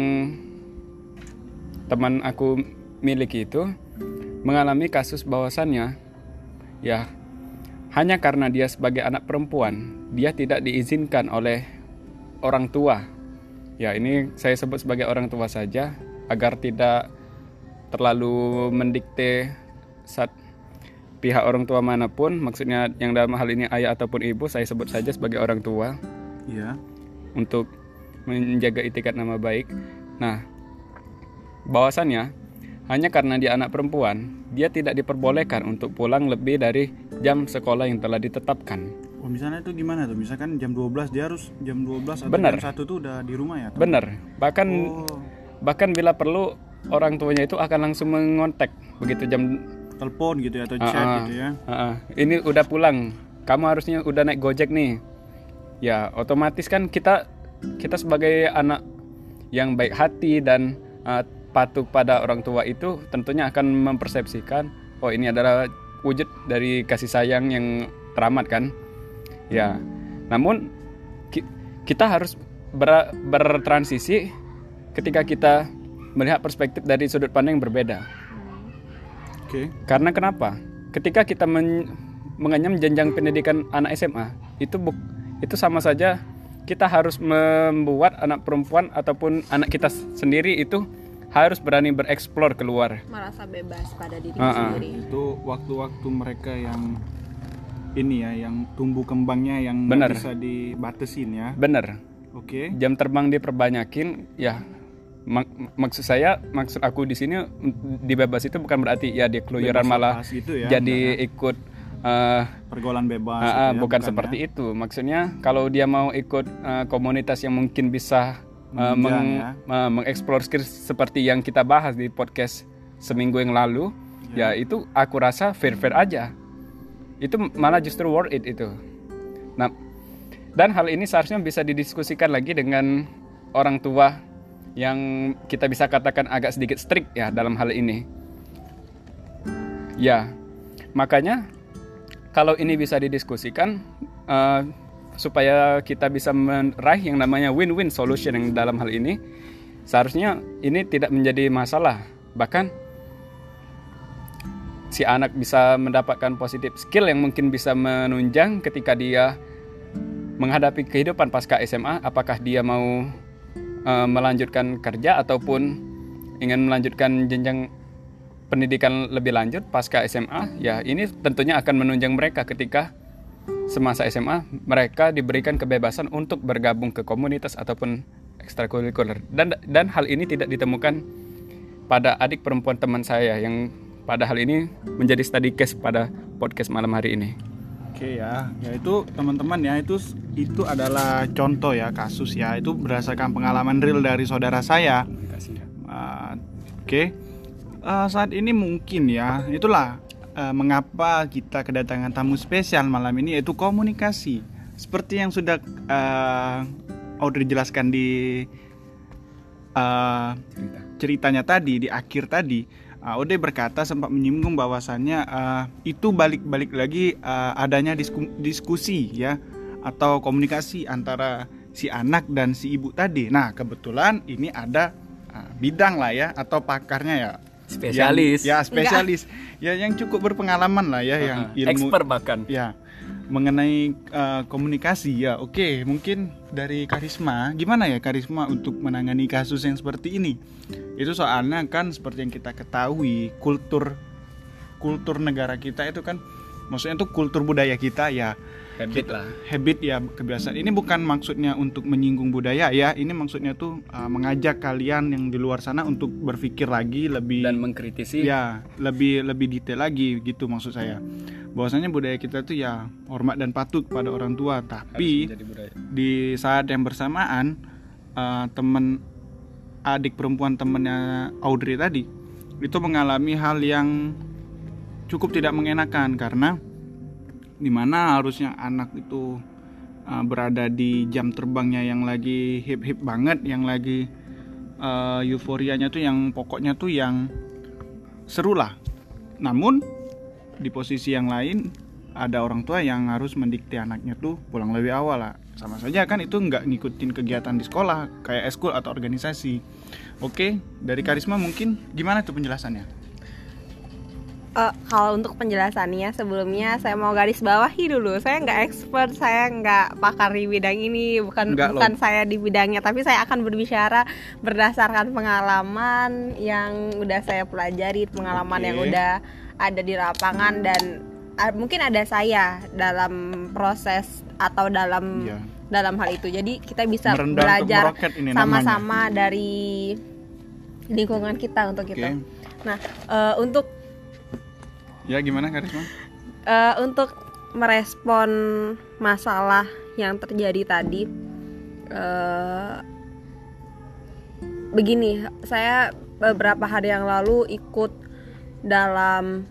teman aku miliki itu mengalami kasus bahwasannya ya hanya karena dia sebagai anak perempuan dia tidak diizinkan oleh orang tua. Ya, ini saya sebut sebagai orang tua saja agar tidak terlalu mendikte saat pihak orang tua manapun, maksudnya yang dalam hal ini ayah ataupun ibu, saya sebut saja sebagai orang tua. Ya. Untuk menjaga etikat nama baik. Nah, bahwasannya hanya karena dia anak perempuan, dia tidak diperbolehkan untuk pulang lebih dari jam sekolah yang telah ditetapkan. Oh, misalnya itu gimana tuh? Misalkan jam dua belas dia harus jam dua belas atau Bener. jam satu tuh udah di rumah ya? Atau? Benar. Bahkan oh. bahkan bila perlu orang tuanya itu akan langsung mengontak begitu jam telepon gitu ya atau chat uh-uh. gitu ya. Uh-uh. Ini udah pulang. Kamu harusnya udah naik Gojek nih. Ya, otomatis kan kita kita sebagai anak yang baik hati dan uh, patuh pada orang tua itu tentunya akan mempersepsikan oh ini adalah wujud dari kasih sayang yang teramat kan ya. Namun ki- kita harus ber- bertransisi ketika kita melihat perspektif dari sudut pandang yang berbeda. Oke. Okay. Karena kenapa? Ketika kita men- mengenyam jenjang pendidikan anak S M A itu bu- itu sama saja kita harus membuat anak perempuan ataupun anak kita sendiri itu harus berani bereksplor keluar, merasa bebas pada diri uh-uh. sendiri. Itu waktu-waktu mereka yang ini ya, yang tumbuh kembangnya yang Bener. bisa dibatasin ya. Bener. Oke. Okay. Jam terbang diperbanyakin, ya. Mak- maksud saya, maksud aku di sini dibebas itu bukan berarti ya dia keluyuran malah gitu ya, jadi enggak. ikut uh, pergaulan bebas. Uh, uh, gitu ya, bukan, bukan seperti ya. itu. Maksudnya kalau dia mau ikut uh, komunitas yang mungkin bisa Uh, meng, ya. uh, mengeksplor skill seperti yang kita bahas di podcast seminggu yang lalu, ya, ya itu aku rasa fair-fair aja. Itu malah justru worth it itu. Nah, dan hal ini seharusnya bisa didiskusikan lagi dengan orang tua yang kita bisa katakan agak sedikit strict ya dalam hal ini. Ya, makanya kalau ini bisa didiskusikan, uh, supaya kita bisa meraih yang namanya win-win solution yang dalam hal ini, seharusnya ini tidak menjadi masalah. Bahkan si anak bisa mendapatkan positif skill yang mungkin bisa menunjang ketika dia menghadapi kehidupan pasca S M A, apakah dia mau uh, melanjutkan kerja ataupun ingin melanjutkan jenjang pendidikan lebih lanjut pasca S M A. Ya, ini tentunya akan menunjang mereka ketika semasa S M A mereka diberikan kebebasan untuk bergabung ke komunitas ataupun ekstrakurikuler. Dan dan hal ini tidak ditemukan pada adik perempuan teman saya yang pada hal ini menjadi study case pada podcast malam hari ini. Oke ya, ya itu teman-teman ya, itu itu adalah contoh ya, kasus ya, itu berdasarkan pengalaman real dari saudara saya. Uh, Oke, uh, saat ini mungkin ya, itulah uh, mengapa kita kedatangan tamu spesial malam ini, yaitu komunikasi. Seperti yang sudah uh, Audrey jelaskan di uh, ceritanya tadi, di akhir tadi. Uh, Ode berkata sempat menyinggung bahwasannya uh, itu balik-balik lagi uh, adanya disku, diskusi ya atau komunikasi antara si anak dan si ibu tadi. Nah kebetulan ini ada uh, bidang lah ya atau pakarnya ya, spesialis yang, ya spesialis Enggak. ya yang cukup berpengalaman lah ya, uh, yang ilmu expert bahkan ya mengenai uh, komunikasi ya. Oke, mungkin dari Karisma, gimana ya Karisma untuk menangani kasus yang seperti ini? Itu soalnya kan seperti yang kita ketahui, kultur kultur negara kita itu kan, maksudnya itu kultur budaya kita ya, habit lah, habit ya, kebiasaan. Ini bukan maksudnya untuk menyinggung budaya ya, ini maksudnya tuh uh, mengajak kalian yang di luar sana untuk berpikir lagi lebih dan mengkritisi ya, lebih lebih detail lagi gitu maksud saya. Bahwasanya budaya kita tuh ya hormat dan patuh kepada orang tua, tapi di saat yang bersamaan uh, teman adik perempuan temannya Audrey tadi itu mengalami hal yang cukup tidak mengenakan, karena dimana harusnya anak itu uh, berada di jam terbangnya yang lagi hip-hip banget, yang lagi uh, euforianya tuh yang pokoknya tuh yang seru lah. Namun di posisi yang lain ada orang tua yang harus mendikte anaknya tuh pulang lebih awal lah. Sama saja kan itu nggak ngikutin kegiatan di sekolah kayak eskul atau organisasi. Oke, dari Karisma mungkin gimana tuh penjelasannya? Uh, kalau untuk penjelasannya sebelumnya saya mau garis bawahi dulu, saya nggak expert, saya nggak pakar di bidang ini, bukan Enggak bukan loh. Saya di bidangnya, tapi saya akan berbicara berdasarkan pengalaman yang udah saya pelajari, pengalaman okay. yang udah ada di lapangan, dan uh, mungkin ada saya dalam proses atau dalam yeah. dalam hal itu. Jadi kita bisa Merendah belajar sama-sama namanya. Dari lingkungan kita untuk okay. itu. Nah, uh, untuk ya gimana Karisma? Uh, untuk merespon masalah yang terjadi tadi, uh, begini, saya beberapa hari yang lalu ikut dalam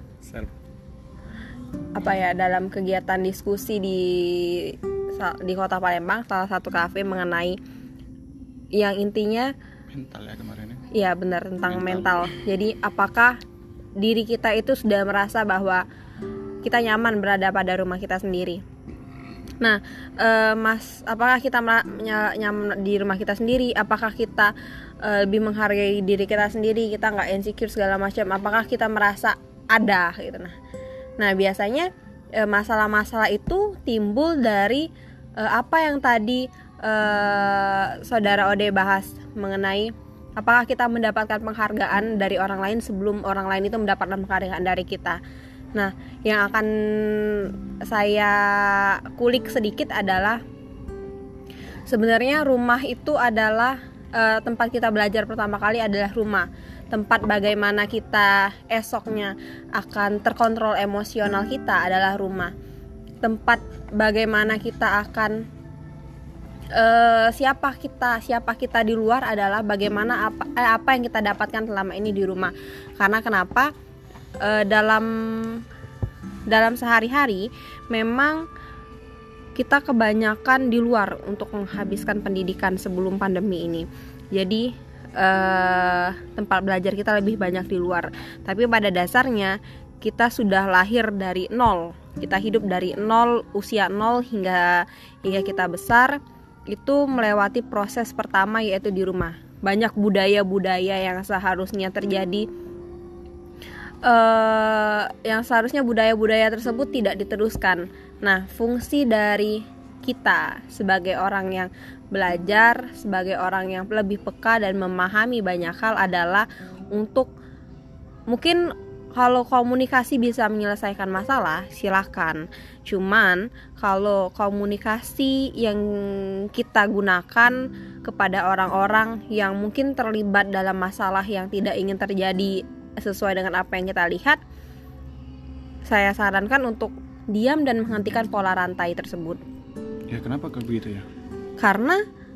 apa ya dalam kegiatan diskusi di di Kota Palembang, salah satu kafe mengenai yang intinya mental ya kemarin ya. Iya benar, tentang mental. mental. Jadi apakah diri kita itu sudah merasa bahwa kita nyaman berada pada rumah kita sendiri? Nah, eh, Mas, apakah kita nyaman di rumah kita sendiri? Apakah kita eh, lebih menghargai diri kita sendiri? Kita nggak insecure segala macam? Apakah kita merasa ada gitu? Nah, nah biasanya eh, masalah-masalah itu timbul dari eh, apa yang tadi eh, saudara Ode bahas mengenai apakah kita mendapatkan penghargaan dari orang lain sebelum orang lain itu mendapatkan penghargaan dari kita. Nah, yang akan saya kulik sedikit adalah sebenarnya rumah itu adalah e, tempat kita belajar pertama kali adalah rumah. Tempat bagaimana kita esoknya akan terkontrol emosional kita adalah rumah. Tempat bagaimana kita akan e, siapa kita siapa kita di luar adalah bagaimana apa eh, apa yang kita dapatkan selama ini di rumah. Karena kenapa? Uh, dalam dalam sehari-hari memang kita kebanyakan di luar untuk menghabiskan pendidikan sebelum pandemi ini. Jadi uh, tempat belajar kita lebih banyak di luar. Tapi pada dasarnya kita sudah lahir dari nol, kita hidup dari nol, usia nol hingga hingga kita besar, itu melewati proses pertama yaitu di rumah. Banyak budaya-budaya yang seharusnya terjadi, uh, yang seharusnya budaya-budaya tersebut tidak diteruskan. Nah, fungsi dari kita sebagai orang yang belajar, sebagai orang yang lebih peka dan memahami banyak hal adalah untuk, mungkin kalau komunikasi bisa menyelesaikan masalah, silahkan. Cuman kalau komunikasi yang kita gunakan kepada orang-orang yang mungkin terlibat dalam masalah yang tidak ingin terjadi sesuai dengan apa yang kita lihat, saya sarankan untuk diam dan menghentikan pola rantai tersebut. Ya, kenapa kalau begitu ya? Karena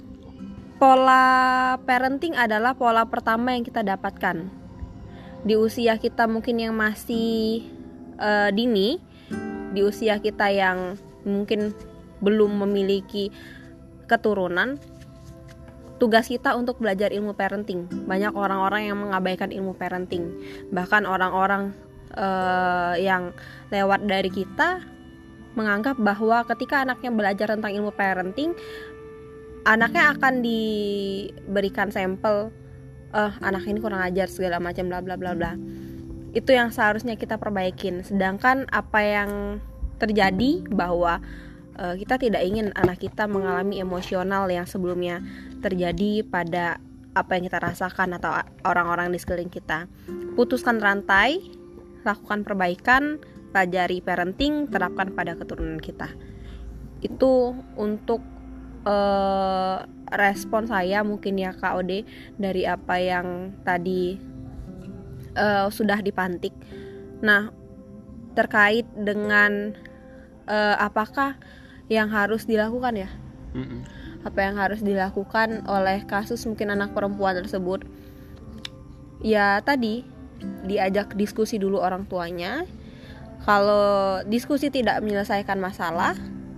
pola parenting adalah pola pertama yang kita dapatkan di usia kita mungkin yang masih uh, dini, di usia kita yang mungkin belum memiliki keturunan. Tugas kita untuk belajar ilmu parenting. Banyak orang-orang yang mengabaikan ilmu parenting. Bahkan orang-orang uh, yang lewat dari kita menganggap bahwa ketika anaknya belajar tentang ilmu parenting, anaknya akan diberikan sampel, eh anak ini kurang ajar segala macam bla bla bla bla. Itu yang seharusnya kita perbaikin. Sedangkan apa yang terjadi bahwa eh, kita tidak ingin anak kita mengalami emosional yang sebelumnya terjadi pada apa yang kita rasakan atau orang-orang di sekeliling kita. Putuskan rantai, lakukan perbaikan, pelajari parenting, terapkan pada keturunan kita. Itu untuk Uh, respon saya mungkin ya Kak Ode dari apa yang tadi uh, sudah dipantik. Nah, terkait dengan uh, apakah yang harus dilakukan ya? Mm-mm. Apa yang harus dilakukan oleh kasus mungkin anak perempuan tersebut? Ya tadi diajak diskusi dulu orang tuanya. Kalau diskusi tidak menyelesaikan masalah,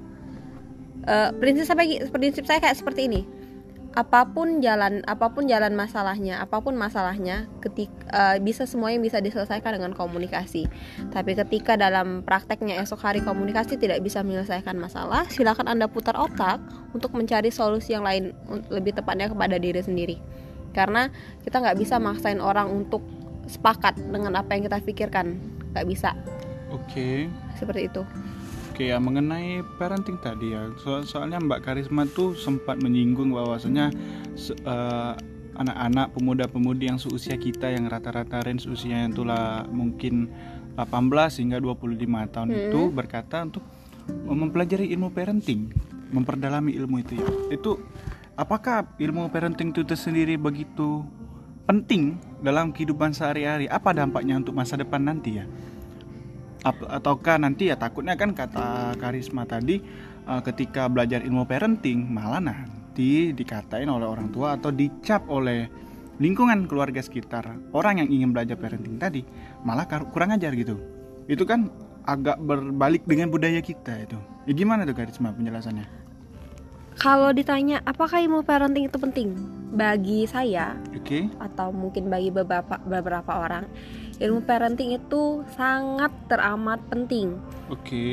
Uh, prinsip saya prinsip saya kayak seperti ini. Apapun jalan apapun jalan masalahnya, apapun masalahnya, ketika uh, bisa semuanya bisa diselesaikan dengan komunikasi. Tapi ketika dalam prakteknya esok hari komunikasi tidak bisa menyelesaikan masalah, silakan Anda putar otak untuk mencari solusi yang lain, lebih tepatnya kepada diri sendiri. Karena kita nggak bisa maksain orang untuk sepakat dengan apa yang kita pikirkan, nggak bisa. Oke. Okay. Seperti itu. Oke ya, mengenai parenting tadi ya, so- soalnya Mbak Karisma tuh sempat menyinggung bahwasanya se- uh, anak-anak pemuda-pemudi yang seusia kita, yang rata-rata range usianya itulah mungkin delapan belas hingga dua puluh lima tahun hmm. itu berkata untuk mempelajari ilmu parenting, memperdalami ilmu itu ya. Itu apakah ilmu parenting itu sendiri begitu penting dalam kehidupan sehari-hari? Apa dampaknya untuk masa depan nanti ya? Ataukah nanti ya takutnya kan kata Karisma tadi uh, ketika belajar ilmu parenting malah nanti dikatain oleh orang tua atau dicap oleh lingkungan keluarga sekitar orang yang ingin belajar parenting tadi malah kurang ajar gitu. Itu kan agak berbalik dengan budaya kita itu. Ya gimana tuh Karisma penjelasannya? Kalau ditanya apakah ilmu parenting itu penting bagi saya, okay. atau mungkin bagi beberapa beberapa orang, ilmu parenting itu sangat teramat penting. Oke. Okay.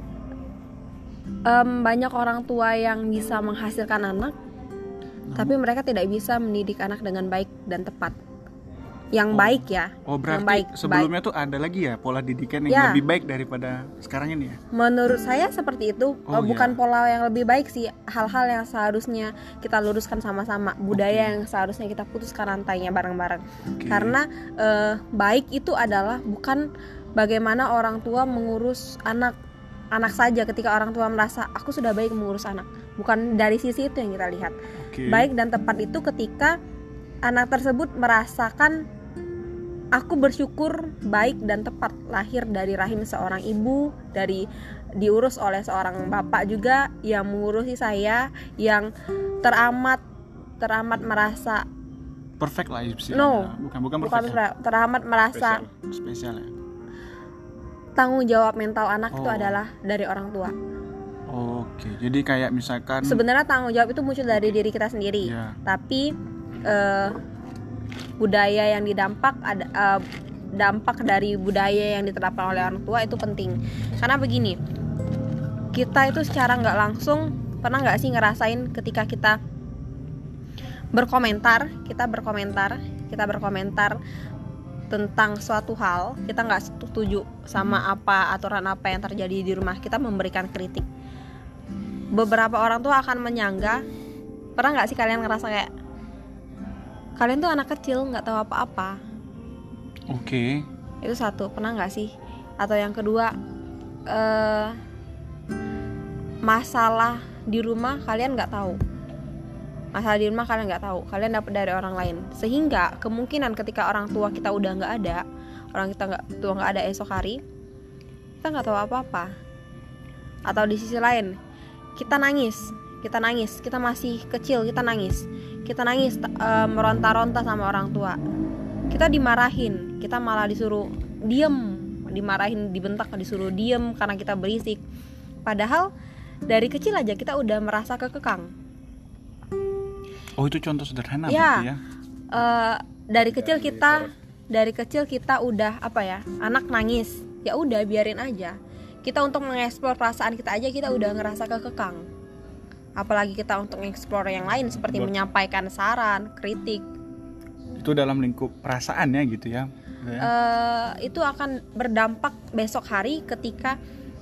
Um, banyak orang tua yang bisa menghasilkan anak, hmm. tapi mereka tidak bisa mendidik anak dengan baik dan tepat. Yang oh. baik ya. Oh berarti yang baik, sebelumnya baik. tuh ada lagi ya pola didikan yang ya. lebih baik daripada sekarang ini ya? Menurut saya seperti itu. Oh, bukan ya. pola yang lebih baik sih, hal-hal yang seharusnya kita luruskan sama-sama, budaya okay. yang seharusnya kita putuskan rantainya bareng-bareng. Okay. Karena eh, baik itu adalah bukan bagaimana orang tua mengurus anak anak saja ketika orang tua merasa aku sudah baik mengurus anak. Bukan dari sisi itu yang kita lihat. Okay. Baik dan tepat itu ketika anak tersebut merasakan aku bersyukur baik dan tepat lahir dari rahim seorang ibu, dari diurus oleh seorang bapak juga yang mengurusi saya, yang teramat teramat merasa perfect lah istilahnya. No, bukan bukan bukan perfect. Ter- teramat merasa spesial, spesial ya. Tanggung jawab mental anak oh. itu adalah dari orang tua. Oke, jadi kayak misalkan sebenarnya tanggung jawab itu muncul dari diri kita sendiri, yeah. tapi uh, budaya yang didampak ada uh, dampak dari budaya yang diterapkan oleh orang tua itu penting. Karena begini, kita itu secara nggak langsung pernah nggak sih ngerasain ketika kita berkomentar, kita berkomentar, kita berkomentar tentang suatu hal, kita nggak setuju sama apa aturan apa yang terjadi di rumah, kita memberikan kritik. Beberapa orang tua akan menyangga, pernah nggak sih kalian ngerasa kayak kalian tuh anak kecil nggak tahu apa-apa? Oke. Okay. Itu satu, pernah nggak sih? Atau yang kedua, eh, masalah di rumah kalian nggak tahu. Masalah di rumah kalian nggak tahu, kalian dapat dari orang lain, sehingga kemungkinan ketika orang tua kita udah nggak ada, orang kita nggak tua nggak ada esok hari, kita nggak tahu apa-apa. Atau di sisi lain, kita nangis, kita nangis, kita masih kecil, kita nangis, kita nangis e, meronta-ronta sama orang tua, kita dimarahin, kita malah disuruh diem, dimarahin, dibentak, disuruh diem karena kita berisik. Padahal dari kecil aja kita udah merasa kekekang. Oh, itu contoh sederhana ya, berarti ya. Uh, dari kecil kita dari kecil kita udah apa ya, anak nangis, ya udah biarin aja. Kita untuk mengeksplor perasaan kita aja kita udah ngerasa kekekang. Apalagi kita untuk mengeksplor yang lain seperti Ber- menyampaikan saran, kritik. Itu dalam lingkup perasaan ya gitu ya. Uh, itu akan berdampak besok hari ketika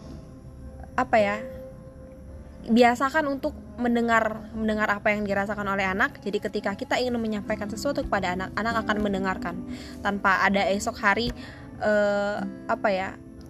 apa ya? Biasakan untuk mendengar mendengar apa yang dirasakan oleh anak. Jadi ketika kita ingin menyampaikan sesuatu kepada anak, anak akan mendengarkan tanpa ada esok hari eh, apa ya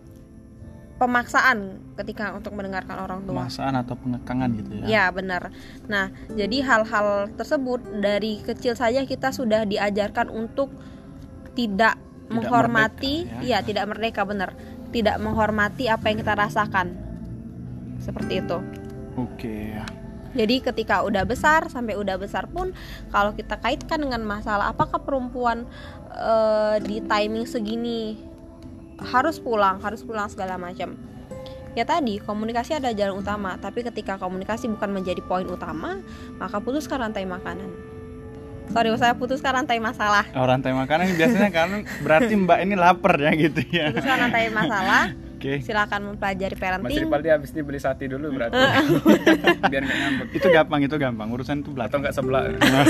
pemaksaan ketika untuk mendengarkan orang tua. Pemaksaan atau pengekangan gitu ya. Ya benar. Nah jadi hal-hal tersebut dari kecil saja kita sudah diajarkan untuk tidak, tidak menghormati, merdeka, ya. ya tidak merdeka benar, tidak menghormati apa yang kita rasakan. Seperti itu. Oke. Jadi ketika udah besar, sampai udah besar pun kalau kita kaitkan dengan masalah apakah perempuan e, di timing segini harus pulang, harus pulang segala macam. Ya tadi komunikasi ada jalan utama, tapi ketika komunikasi bukan menjadi poin utama, maka putuskan rantai makanan. Sorry, saya putuskan rantai masalah. Oh, rantai makanan biasanya kan berarti Mbak ini lapar ya gitu ya. Putuskan rantai masalah. Okay. Silakan mempelajari parenting. Mas Ripaldi habis ini beli sate dulu berarti. Biar nggak ngambek. Itu gampang, itu gampang. Urusan itu belakang. Atau nggak sebelah.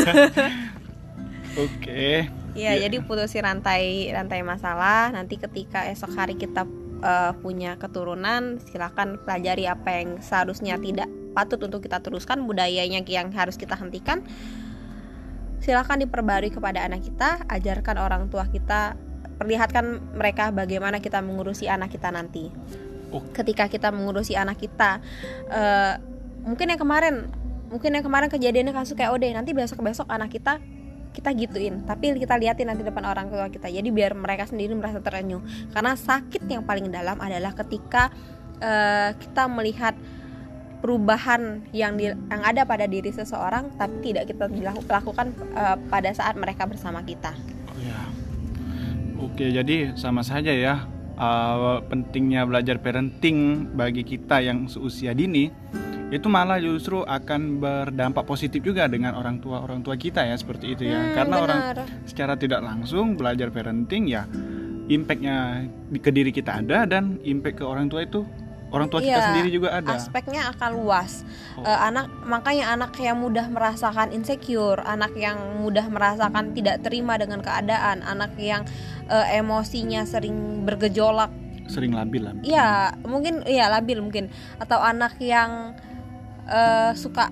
Oke. Okay. Iya, ya. Jadi putusin rantai rantai masalah. Nanti ketika esok hari kita uh, punya keturunan, silakan pelajari apa yang seharusnya tidak patut untuk kita teruskan, budayanya yang harus kita hentikan. Silakan diperbarui kepada anak kita, ajarkan orang tua kita, perlihatkan mereka bagaimana kita mengurusi anak kita nanti. Oh. Ketika kita mengurusi anak kita, uh, mungkin yang kemarin, mungkin yang kemarin kejadiannya kasus kayak Ode, nanti besok-besok anak kita kita gituin, tapi kita liatin nanti depan orang tua kita. Jadi biar mereka sendiri merasa terenyuh. Karena sakit yang paling dalam adalah ketika uh, kita melihat perubahan yang di, yang ada pada diri seseorang, tapi tidak kita lakukan uh, pada saat mereka bersama kita. Oh ya. Oke, jadi sama saja ya, uh, pentingnya belajar parenting bagi kita yang seusia dini itu malah justru akan berdampak positif juga dengan orang tua orang tua kita ya, seperti itu ya. Hmm, Karena benar. Orang secara tidak langsung belajar parenting ya, impactnya ke diri kita ada dan impact ke orang tua itu orang tua kita ya, sendiri juga ada. Aspeknya akan luas. Oh. Uh, anak makanya anak yang mudah merasakan insecure, anak yang mudah merasakan tidak terima dengan keadaan, anak yang uh, emosinya sering bergejolak, sering labil lah. Iya, mungkin iya labil mungkin, atau anak yang uh, suka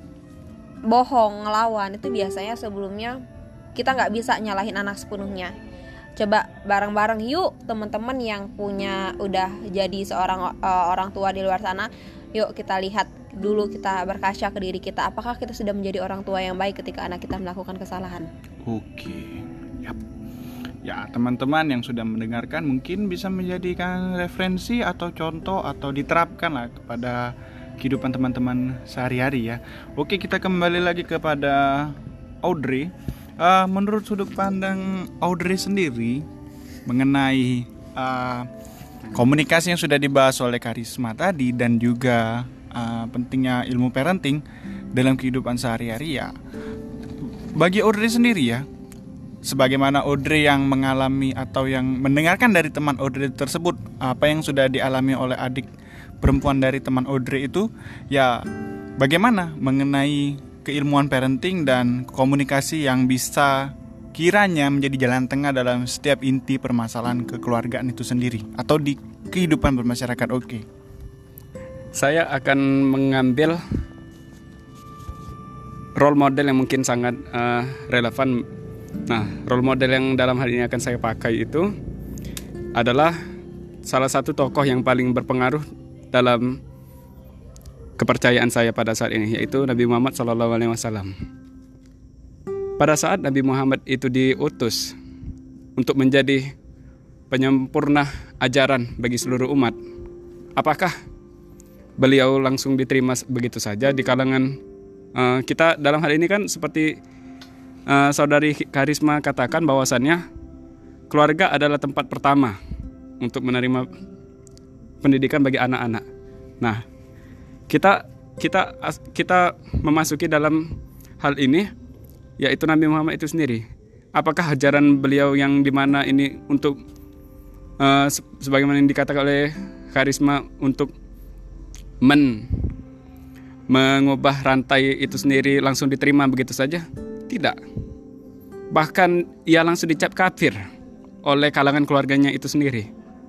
bohong, ngelawan, itu biasanya sebelumnya kita nggak bisa nyalahin anak sepenuhnya. Coba bareng-bareng yuk teman-teman yang punya udah jadi seorang uh, orang tua di luar sana, yuk kita lihat dulu, kita berkaca ke diri kita, apakah kita sudah menjadi orang tua yang baik ketika anak kita melakukan kesalahan. Oke, yap. Ya, teman-teman yang sudah mendengarkan mungkin bisa menjadikan referensi atau contoh atau diterapkan lah kepada kehidupan teman-teman sehari-hari ya. Oke, kita kembali lagi kepada Audrey. Uh, menurut sudut pandang Audrey sendiri mengenai uh, komunikasi yang sudah dibahas oleh Karisma tadi dan juga uh, pentingnya ilmu parenting dalam kehidupan sehari-hari ya, bagi Audrey sendiri ya, sebagaimana Audrey yang mengalami atau yang mendengarkan dari teman Audrey tersebut, apa yang sudah dialami oleh adik perempuan dari teman Audrey itu, ya bagaimana mengenai keilmuan parenting dan komunikasi yang bisa kiranya menjadi jalan tengah dalam setiap inti permasalahan kekeluargaan itu sendiri atau di kehidupan bermasyarakat. Oke. Saya akan mengambil role model yang mungkin sangat uh, relevan. Nah, role model yang dalam hal ini akan saya pakai itu adalah salah satu tokoh yang paling berpengaruh dalam kepercayaan saya pada saat ini, yaitu Nabi Muhammad shallallahu alaihi wasallam. Pada saat Nabi Muhammad itu diutus untuk menjadi penyempurna ajaran bagi seluruh umat, apakah beliau langsung diterima begitu saja di kalangan uh, kita? Dalam hal ini kan seperti uh, saudari Karisma katakan bahwasannya keluarga adalah tempat pertama untuk menerima pendidikan bagi anak-anak. Nah, kita kita kita memasuki dalam hal ini, yaitu Nabi Muhammad itu sendiri. Apakah ajaran beliau yang dimana ini untuk uh, sebagaimana yang dikatakan oleh Karisma untuk men mengubah rantai itu sendiri langsung diterima begitu saja? Tidak. Bahkan ia langsung dicap kafir oleh kalangan keluarganya itu sendiri.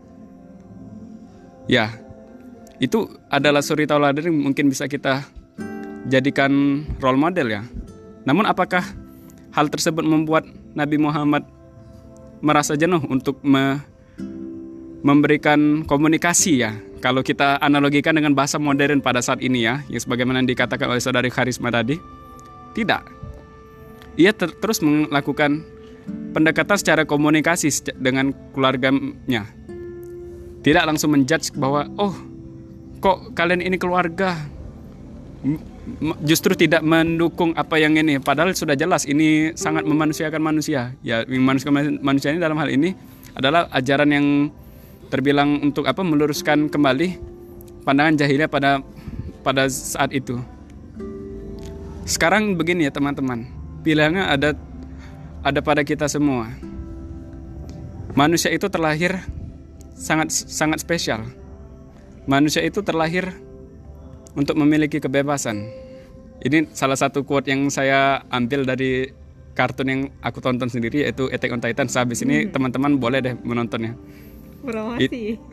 Ya, itu adalah suri tauladan yang mungkin bisa kita jadikan role model ya. Namun apakah hal tersebut membuat Nabi Muhammad merasa jenuh untuk me- memberikan komunikasi ya? Kalau kita analogikan dengan bahasa modern pada saat ini ya, yang sebagaimana dikatakan oleh saudari Karisma tadi, tidak. Ia ter- terus melakukan pendekatan secara komunikasi dengan keluarganya. Tidak langsung menjudge bahwa, oh, kok kalian ini keluarga, justru tidak mendukung apa yang ini, padahal sudah jelas ini sangat memanusiakan manusia. Ya, memanusiakan manusia ini dalam hal ini adalah ajaran yang terbilang untuk apa meluruskan kembali pandangan jahiliyah pada pada saat itu. Sekarang begini ya teman-teman, pilihannya ada ada pada kita semua. Manusia itu terlahir sangat sangat spesial. Manusia itu terlahir untuk memiliki kebebasan. Ini salah satu quote yang saya ambil dari kartun yang aku tonton sendiri, yaitu Attack on Titan. Sehabis ini hmm. teman-teman boleh deh menontonnya. Promosi.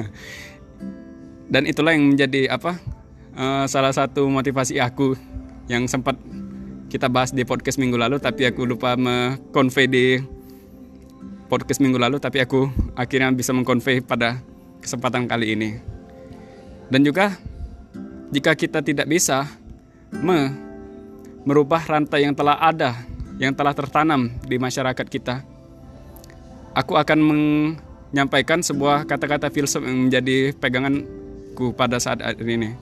Dan itulah yang menjadi apa uh, salah satu motivasi aku yang sempat kita bahas di podcast minggu lalu, tapi aku lupa me-convey di podcast minggu lalu, tapi aku akhirnya bisa meng-convey pada kesempatan kali ini. Dan juga jika kita tidak bisa me merubah rantai yang telah ada, yang telah tertanam di masyarakat kita, aku akan menyampaikan sebuah kata-kata filsuf yang menjadi peganganku pada saat ini,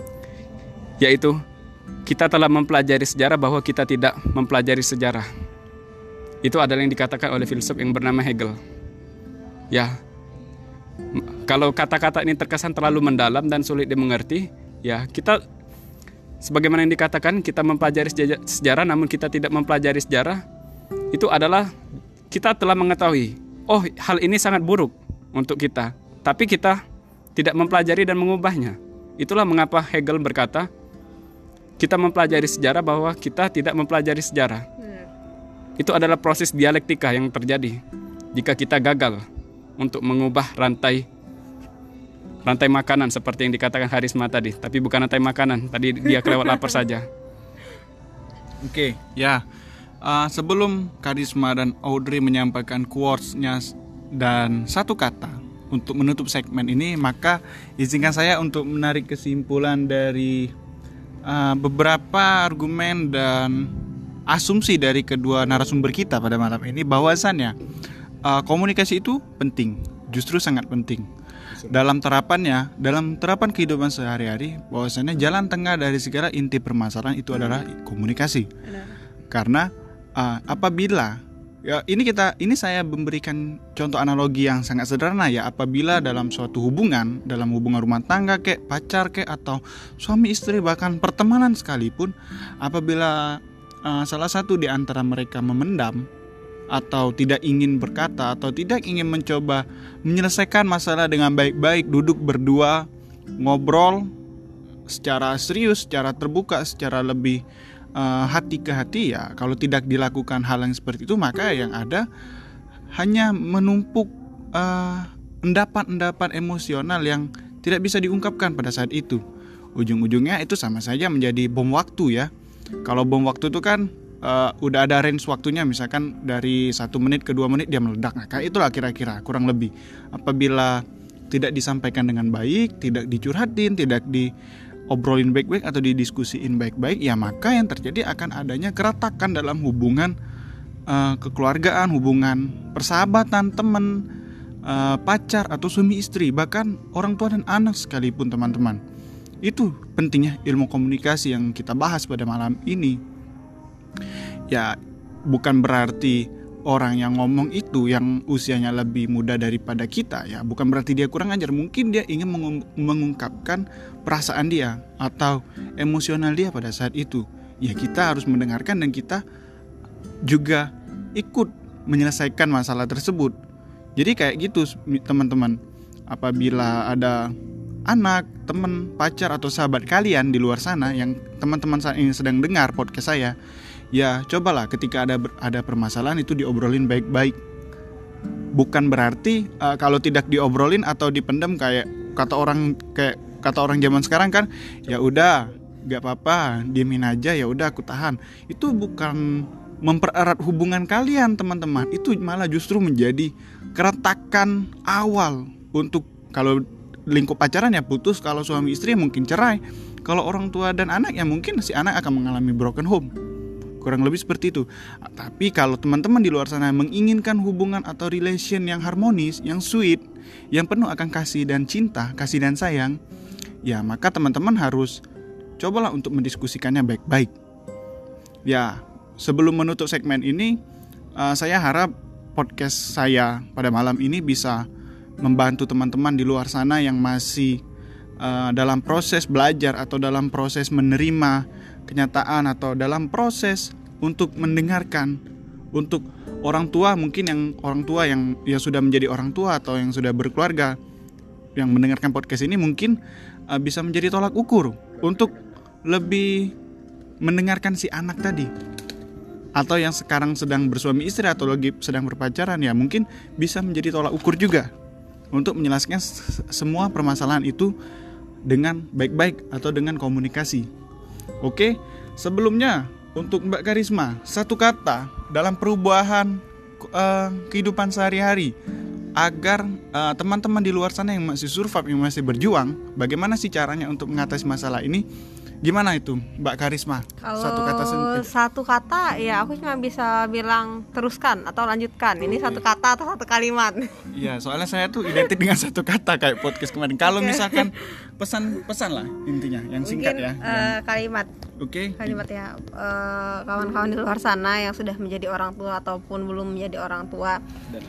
yaitu kita telah mempelajari sejarah bahwa kita tidak mempelajari sejarah. Itu adalah yang dikatakan oleh filsuf yang bernama Hegel. Ya, kalau kata-kata ini terkesan terlalu mendalam dan sulit dimengerti, ya kita sebagaimana yang dikatakan kita mempelajari sejarah namun kita tidak mempelajari sejarah, itu adalah kita telah mengetahui, oh hal ini sangat buruk untuk kita, tapi kita tidak mempelajari dan mengubahnya. Itulah mengapa Hegel berkata, kita mempelajari sejarah bahwa kita tidak mempelajari sejarah. Itu adalah proses dialektika yang terjadi jika kita gagal untuk mengubah rantai rantai makanan seperti yang dikatakan Karisma tadi, tapi bukan rantai makanan, tadi dia kelewat lapar saja. Oke, ya. Uh, sebelum Karisma dan Audrey menyampaikan quotes-nya dan satu kata untuk menutup segmen ini, maka izinkan saya untuk menarik kesimpulan dari uh, beberapa argumen dan asumsi dari kedua narasumber kita pada malam ini, bahwasannya uh, komunikasi itu penting, justru sangat penting dalam terapannya, dalam terapan kehidupan sehari-hari. Bahwasannya jalan tengah dari segala inti permasalahan itu adalah komunikasi. Karena uh, apabila ya ini kita ini saya memberikan contoh analogi yang sangat sederhana ya, apabila dalam suatu hubungan, dalam hubungan rumah tangga kek, pacar kek, atau suami istri, bahkan pertemanan sekalipun, apabila Uh, salah satu di antara mereka memendam atau tidak ingin berkata, atau tidak ingin mencoba menyelesaikan masalah dengan baik-baik, duduk berdua, ngobrol secara serius, secara terbuka, secara lebih uh, hati ke hati, ya kalau tidak dilakukan hal yang seperti itu, maka yang ada hanya menumpuk uh, endapan-endapan emosional yang tidak bisa diungkapkan pada saat itu. Ujung-ujungnya itu sama saja menjadi bom waktu ya. Kalau bom waktu itu kan Uh, udah ada range waktunya, misalkan dari satu menit ke dua menit dia meledak. Nah, kayak itulah kira-kira kurang lebih. Apabila tidak disampaikan dengan baik, tidak dicurhatin, tidak diobrolin baik-baik atau didiskusiin baik-baik, ya maka yang terjadi akan adanya keretakan dalam hubungan uh, kekeluargaan, hubungan persahabatan, teman, uh, pacar atau suami istri, bahkan orang tua dan anak sekalipun, teman-teman. Itu pentingnya ilmu komunikasi yang kita bahas pada malam ini. Ya, bukan berarti orang yang ngomong itu yang usianya lebih muda daripada kita, ya bukan berarti dia kurang ajar. Mungkin dia ingin mengung- mengungkapkan perasaan dia atau emosional dia pada saat itu. Ya kita harus mendengarkan dan kita juga ikut menyelesaikan masalah tersebut. Jadi kayak gitu teman-teman. Apabila ada anak, teman, pacar atau sahabat kalian di luar sana yang teman-teman saat ini sedang dengar podcast saya, ya cobalah ketika ada ada permasalahan itu diobrolin baik-baik. Bukan berarti uh, kalau tidak diobrolin atau dipendam kayak kata orang kayak kata orang zaman sekarang kan, ya udah gak apa-apa, diemin aja, ya udah aku tahan. Itu bukan mempererat hubungan kalian, teman-teman. Itu malah justru menjadi keretakan awal untuk kalau lingkup pacaran ya putus, kalau suami istri mungkin cerai, kalau orang tua dan anak ya mungkin si anak akan mengalami broken home. Kurang lebih seperti itu. Tapi kalau teman-teman di luar sana menginginkan hubungan atau relation yang harmonis, yang sweet, yang penuh akan kasih dan cinta, kasih dan sayang, ya maka teman-teman harus cobalah untuk mendiskusikannya baik-baik. Ya, sebelum menutup segmen ini, uh, saya harap podcast saya pada malam ini bisa membantu teman-teman di luar sana yang masih uh, dalam proses belajar atau dalam proses menerima kenyataan atau dalam proses untuk mendengarkan, untuk orang tua mungkin yang orang tua yang yang sudah menjadi orang tua atau yang sudah berkeluarga yang mendengarkan podcast ini mungkin uh, bisa menjadi tolak ukur untuk lebih mendengarkan si anak tadi, atau yang sekarang sedang bersuami istri atau lagi sedang berpacaran, ya mungkin bisa menjadi tolak ukur juga untuk menjelaskan semua permasalahan itu dengan baik-baik atau dengan komunikasi. Oke, sebelumnya untuk Mbak Karisma, satu kata dalam perubahan uh, kehidupan sehari-hari agar uh, teman-teman di luar sana yang masih survive, yang masih berjuang, bagaimana sih caranya untuk mengatasi masalah ini? Gimana itu Mbak Karisma? Kalau satu kata sendiri. Satu kata ya aku cuma bisa bilang teruskan atau lanjutkan. Ini okay. Satu kata atau satu kalimat? Iya, soalnya saya tuh identik dengan satu kata kayak podcast kemarin. Kalau okay. misalkan pesan-pesan lah intinya yang singkat. Mungkin, ya. Uh, yang... Kalimat. Oke. Okay. Kalimat ya. Uh, kawan-kawan di luar sana yang sudah menjadi orang tua ataupun belum menjadi orang tua.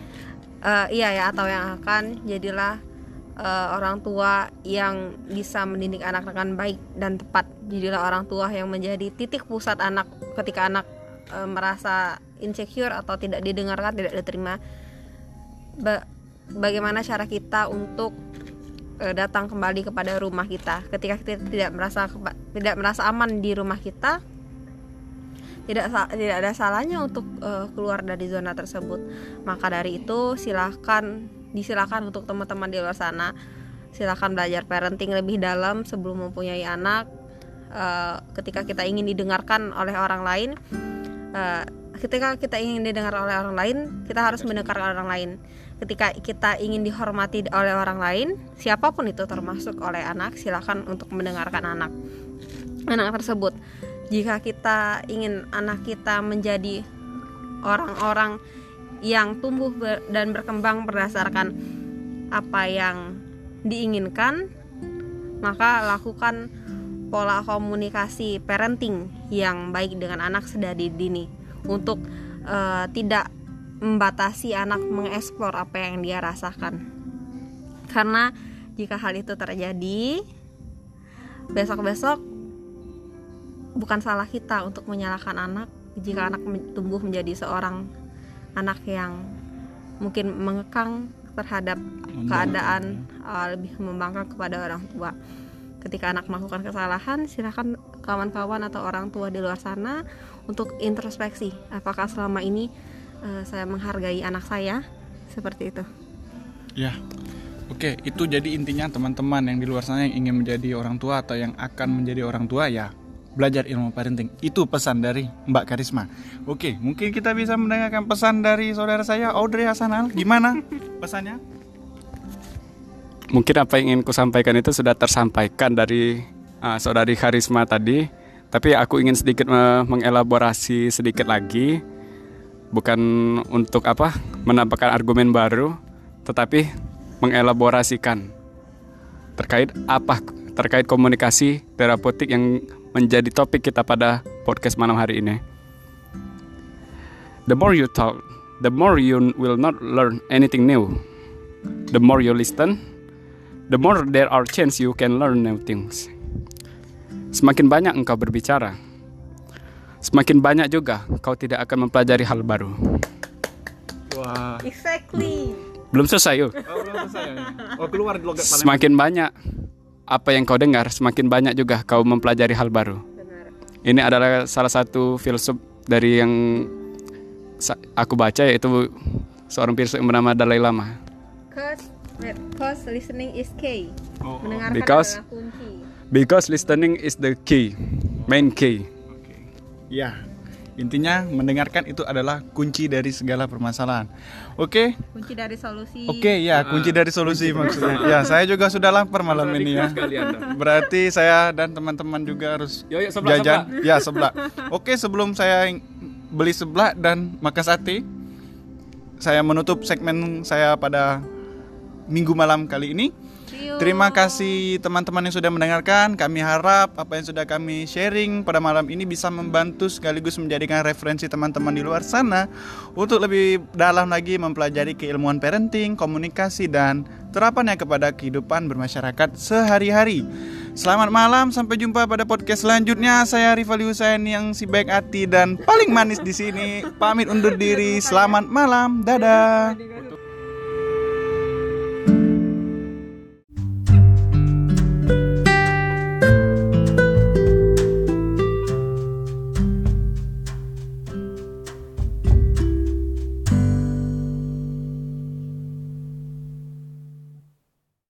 Uh, iya ya, atau yang akan jadilah uh, orang tua yang bisa mendidik anak dengan baik dan tepat. Jadilah orang tua yang menjadi titik pusat anak ketika anak e, merasa insecure atau tidak didengarkan, tidak diterima. Ba- bagaimana cara kita untuk e, datang kembali kepada rumah kita ketika kita tidak merasa kepa- tidak merasa aman di rumah kita? Tidak tidak ada salahnya untuk e, keluar dari zona tersebut. Maka dari itu silakan disilakan untuk teman-teman di luar sana, silakan belajar parenting lebih dalam sebelum mempunyai anak. Uh, ketika kita ingin didengarkan oleh orang lain, uh, ketika kita ingin didengar oleh orang lain, kita harus mendengarkan orang lain. Ketika kita ingin dihormati oleh orang lain, siapapun itu termasuk oleh anak, silakan untuk mendengarkan anak anak tersebut. Jika kita ingin anak kita menjadi orang-orang yang tumbuh ber- dan berkembang berdasarkan apa yang diinginkan, maka lakukan pola komunikasi parenting yang baik dengan anak sedari dini untuk uh, tidak membatasi anak mengeksplor apa yang dia rasakan. Karena jika hal itu terjadi, besok-besok bukan salah kita untuk menyalahkan anak jika anak tumbuh menjadi seorang anak yang mungkin mengekang terhadap keadaan uh, lebih membangkang kepada orang tua. Ketika anak melakukan kesalahan, silakan kawan-kawan atau orang tua di luar sana untuk introspeksi. Apakah selama ini uh, saya menghargai anak saya? Seperti itu. Ya, oke, itu jadi intinya teman-teman yang di luar sana yang ingin menjadi orang tua atau yang akan menjadi orang tua, ya belajar ilmu parenting. Itu pesan dari Mbak Karisma. Oke, mungkin kita bisa mendengarkan pesan dari saudara saya Audrey Hasanal. Gimana pesannya? Mungkin apa yang ingin ku sampaikan itu sudah tersampaikan dari uh, saudari Karisma tadi, tapi aku ingin sedikit uh, mengelaborasi sedikit lagi, bukan untuk apa menambahkan argumen baru, tetapi mengelaborasikan terkait apa terkait komunikasi terapeutik yang menjadi topik kita pada podcast malam hari ini. The more you talk, the more you will not learn anything new. The more you listen, the more there are chance you can learn new things. Semakin banyak engkau berbicara, semakin banyak juga kau tidak akan mempelajari hal baru. Wah. Exactly. Belum selesai yuk. Oh, belum selesai. Oh, keluar logat paling. Semakin banyak apa yang kau dengar, semakin banyak juga kau mempelajari hal baru. Benar. Ini adalah salah satu filsuf dari yang aku baca, yaitu seorang filsuf yang bernama Dalai Lama. Cause, cause listening is key. Oh, Mendengarkan because- adalah kunci. Because listening is the key, main key. Oke. Ya, intinya mendengarkan itu adalah kunci dari segala permasalahan. Oke. Kunci dari solusi. Oke, ya, kunci dari solusi maksudnya. Ya, saya juga sudah lapar malam ini ya. Berarti saya dan teman-teman juga harus Yo, yo, sebelah, jajan. Ya, sebelah. Oke, sebelum saya beli sebelah dan makan sate, saya menutup segmen saya pada minggu malam kali ini. Terima kasih teman-teman yang sudah mendengarkan. Kami harap apa yang sudah kami sharing pada malam ini bisa membantu sekaligus menjadikan referensi teman-teman di luar sana untuk lebih dalam lagi mempelajari keilmuan parenting, komunikasi, dan terapannya kepada kehidupan bermasyarakat sehari-hari. Selamat malam, sampai jumpa pada podcast selanjutnya. Saya Rifali Husain yang si baik hati dan paling manis di sini. Pamit undur diri. Selamat malam. Dadah.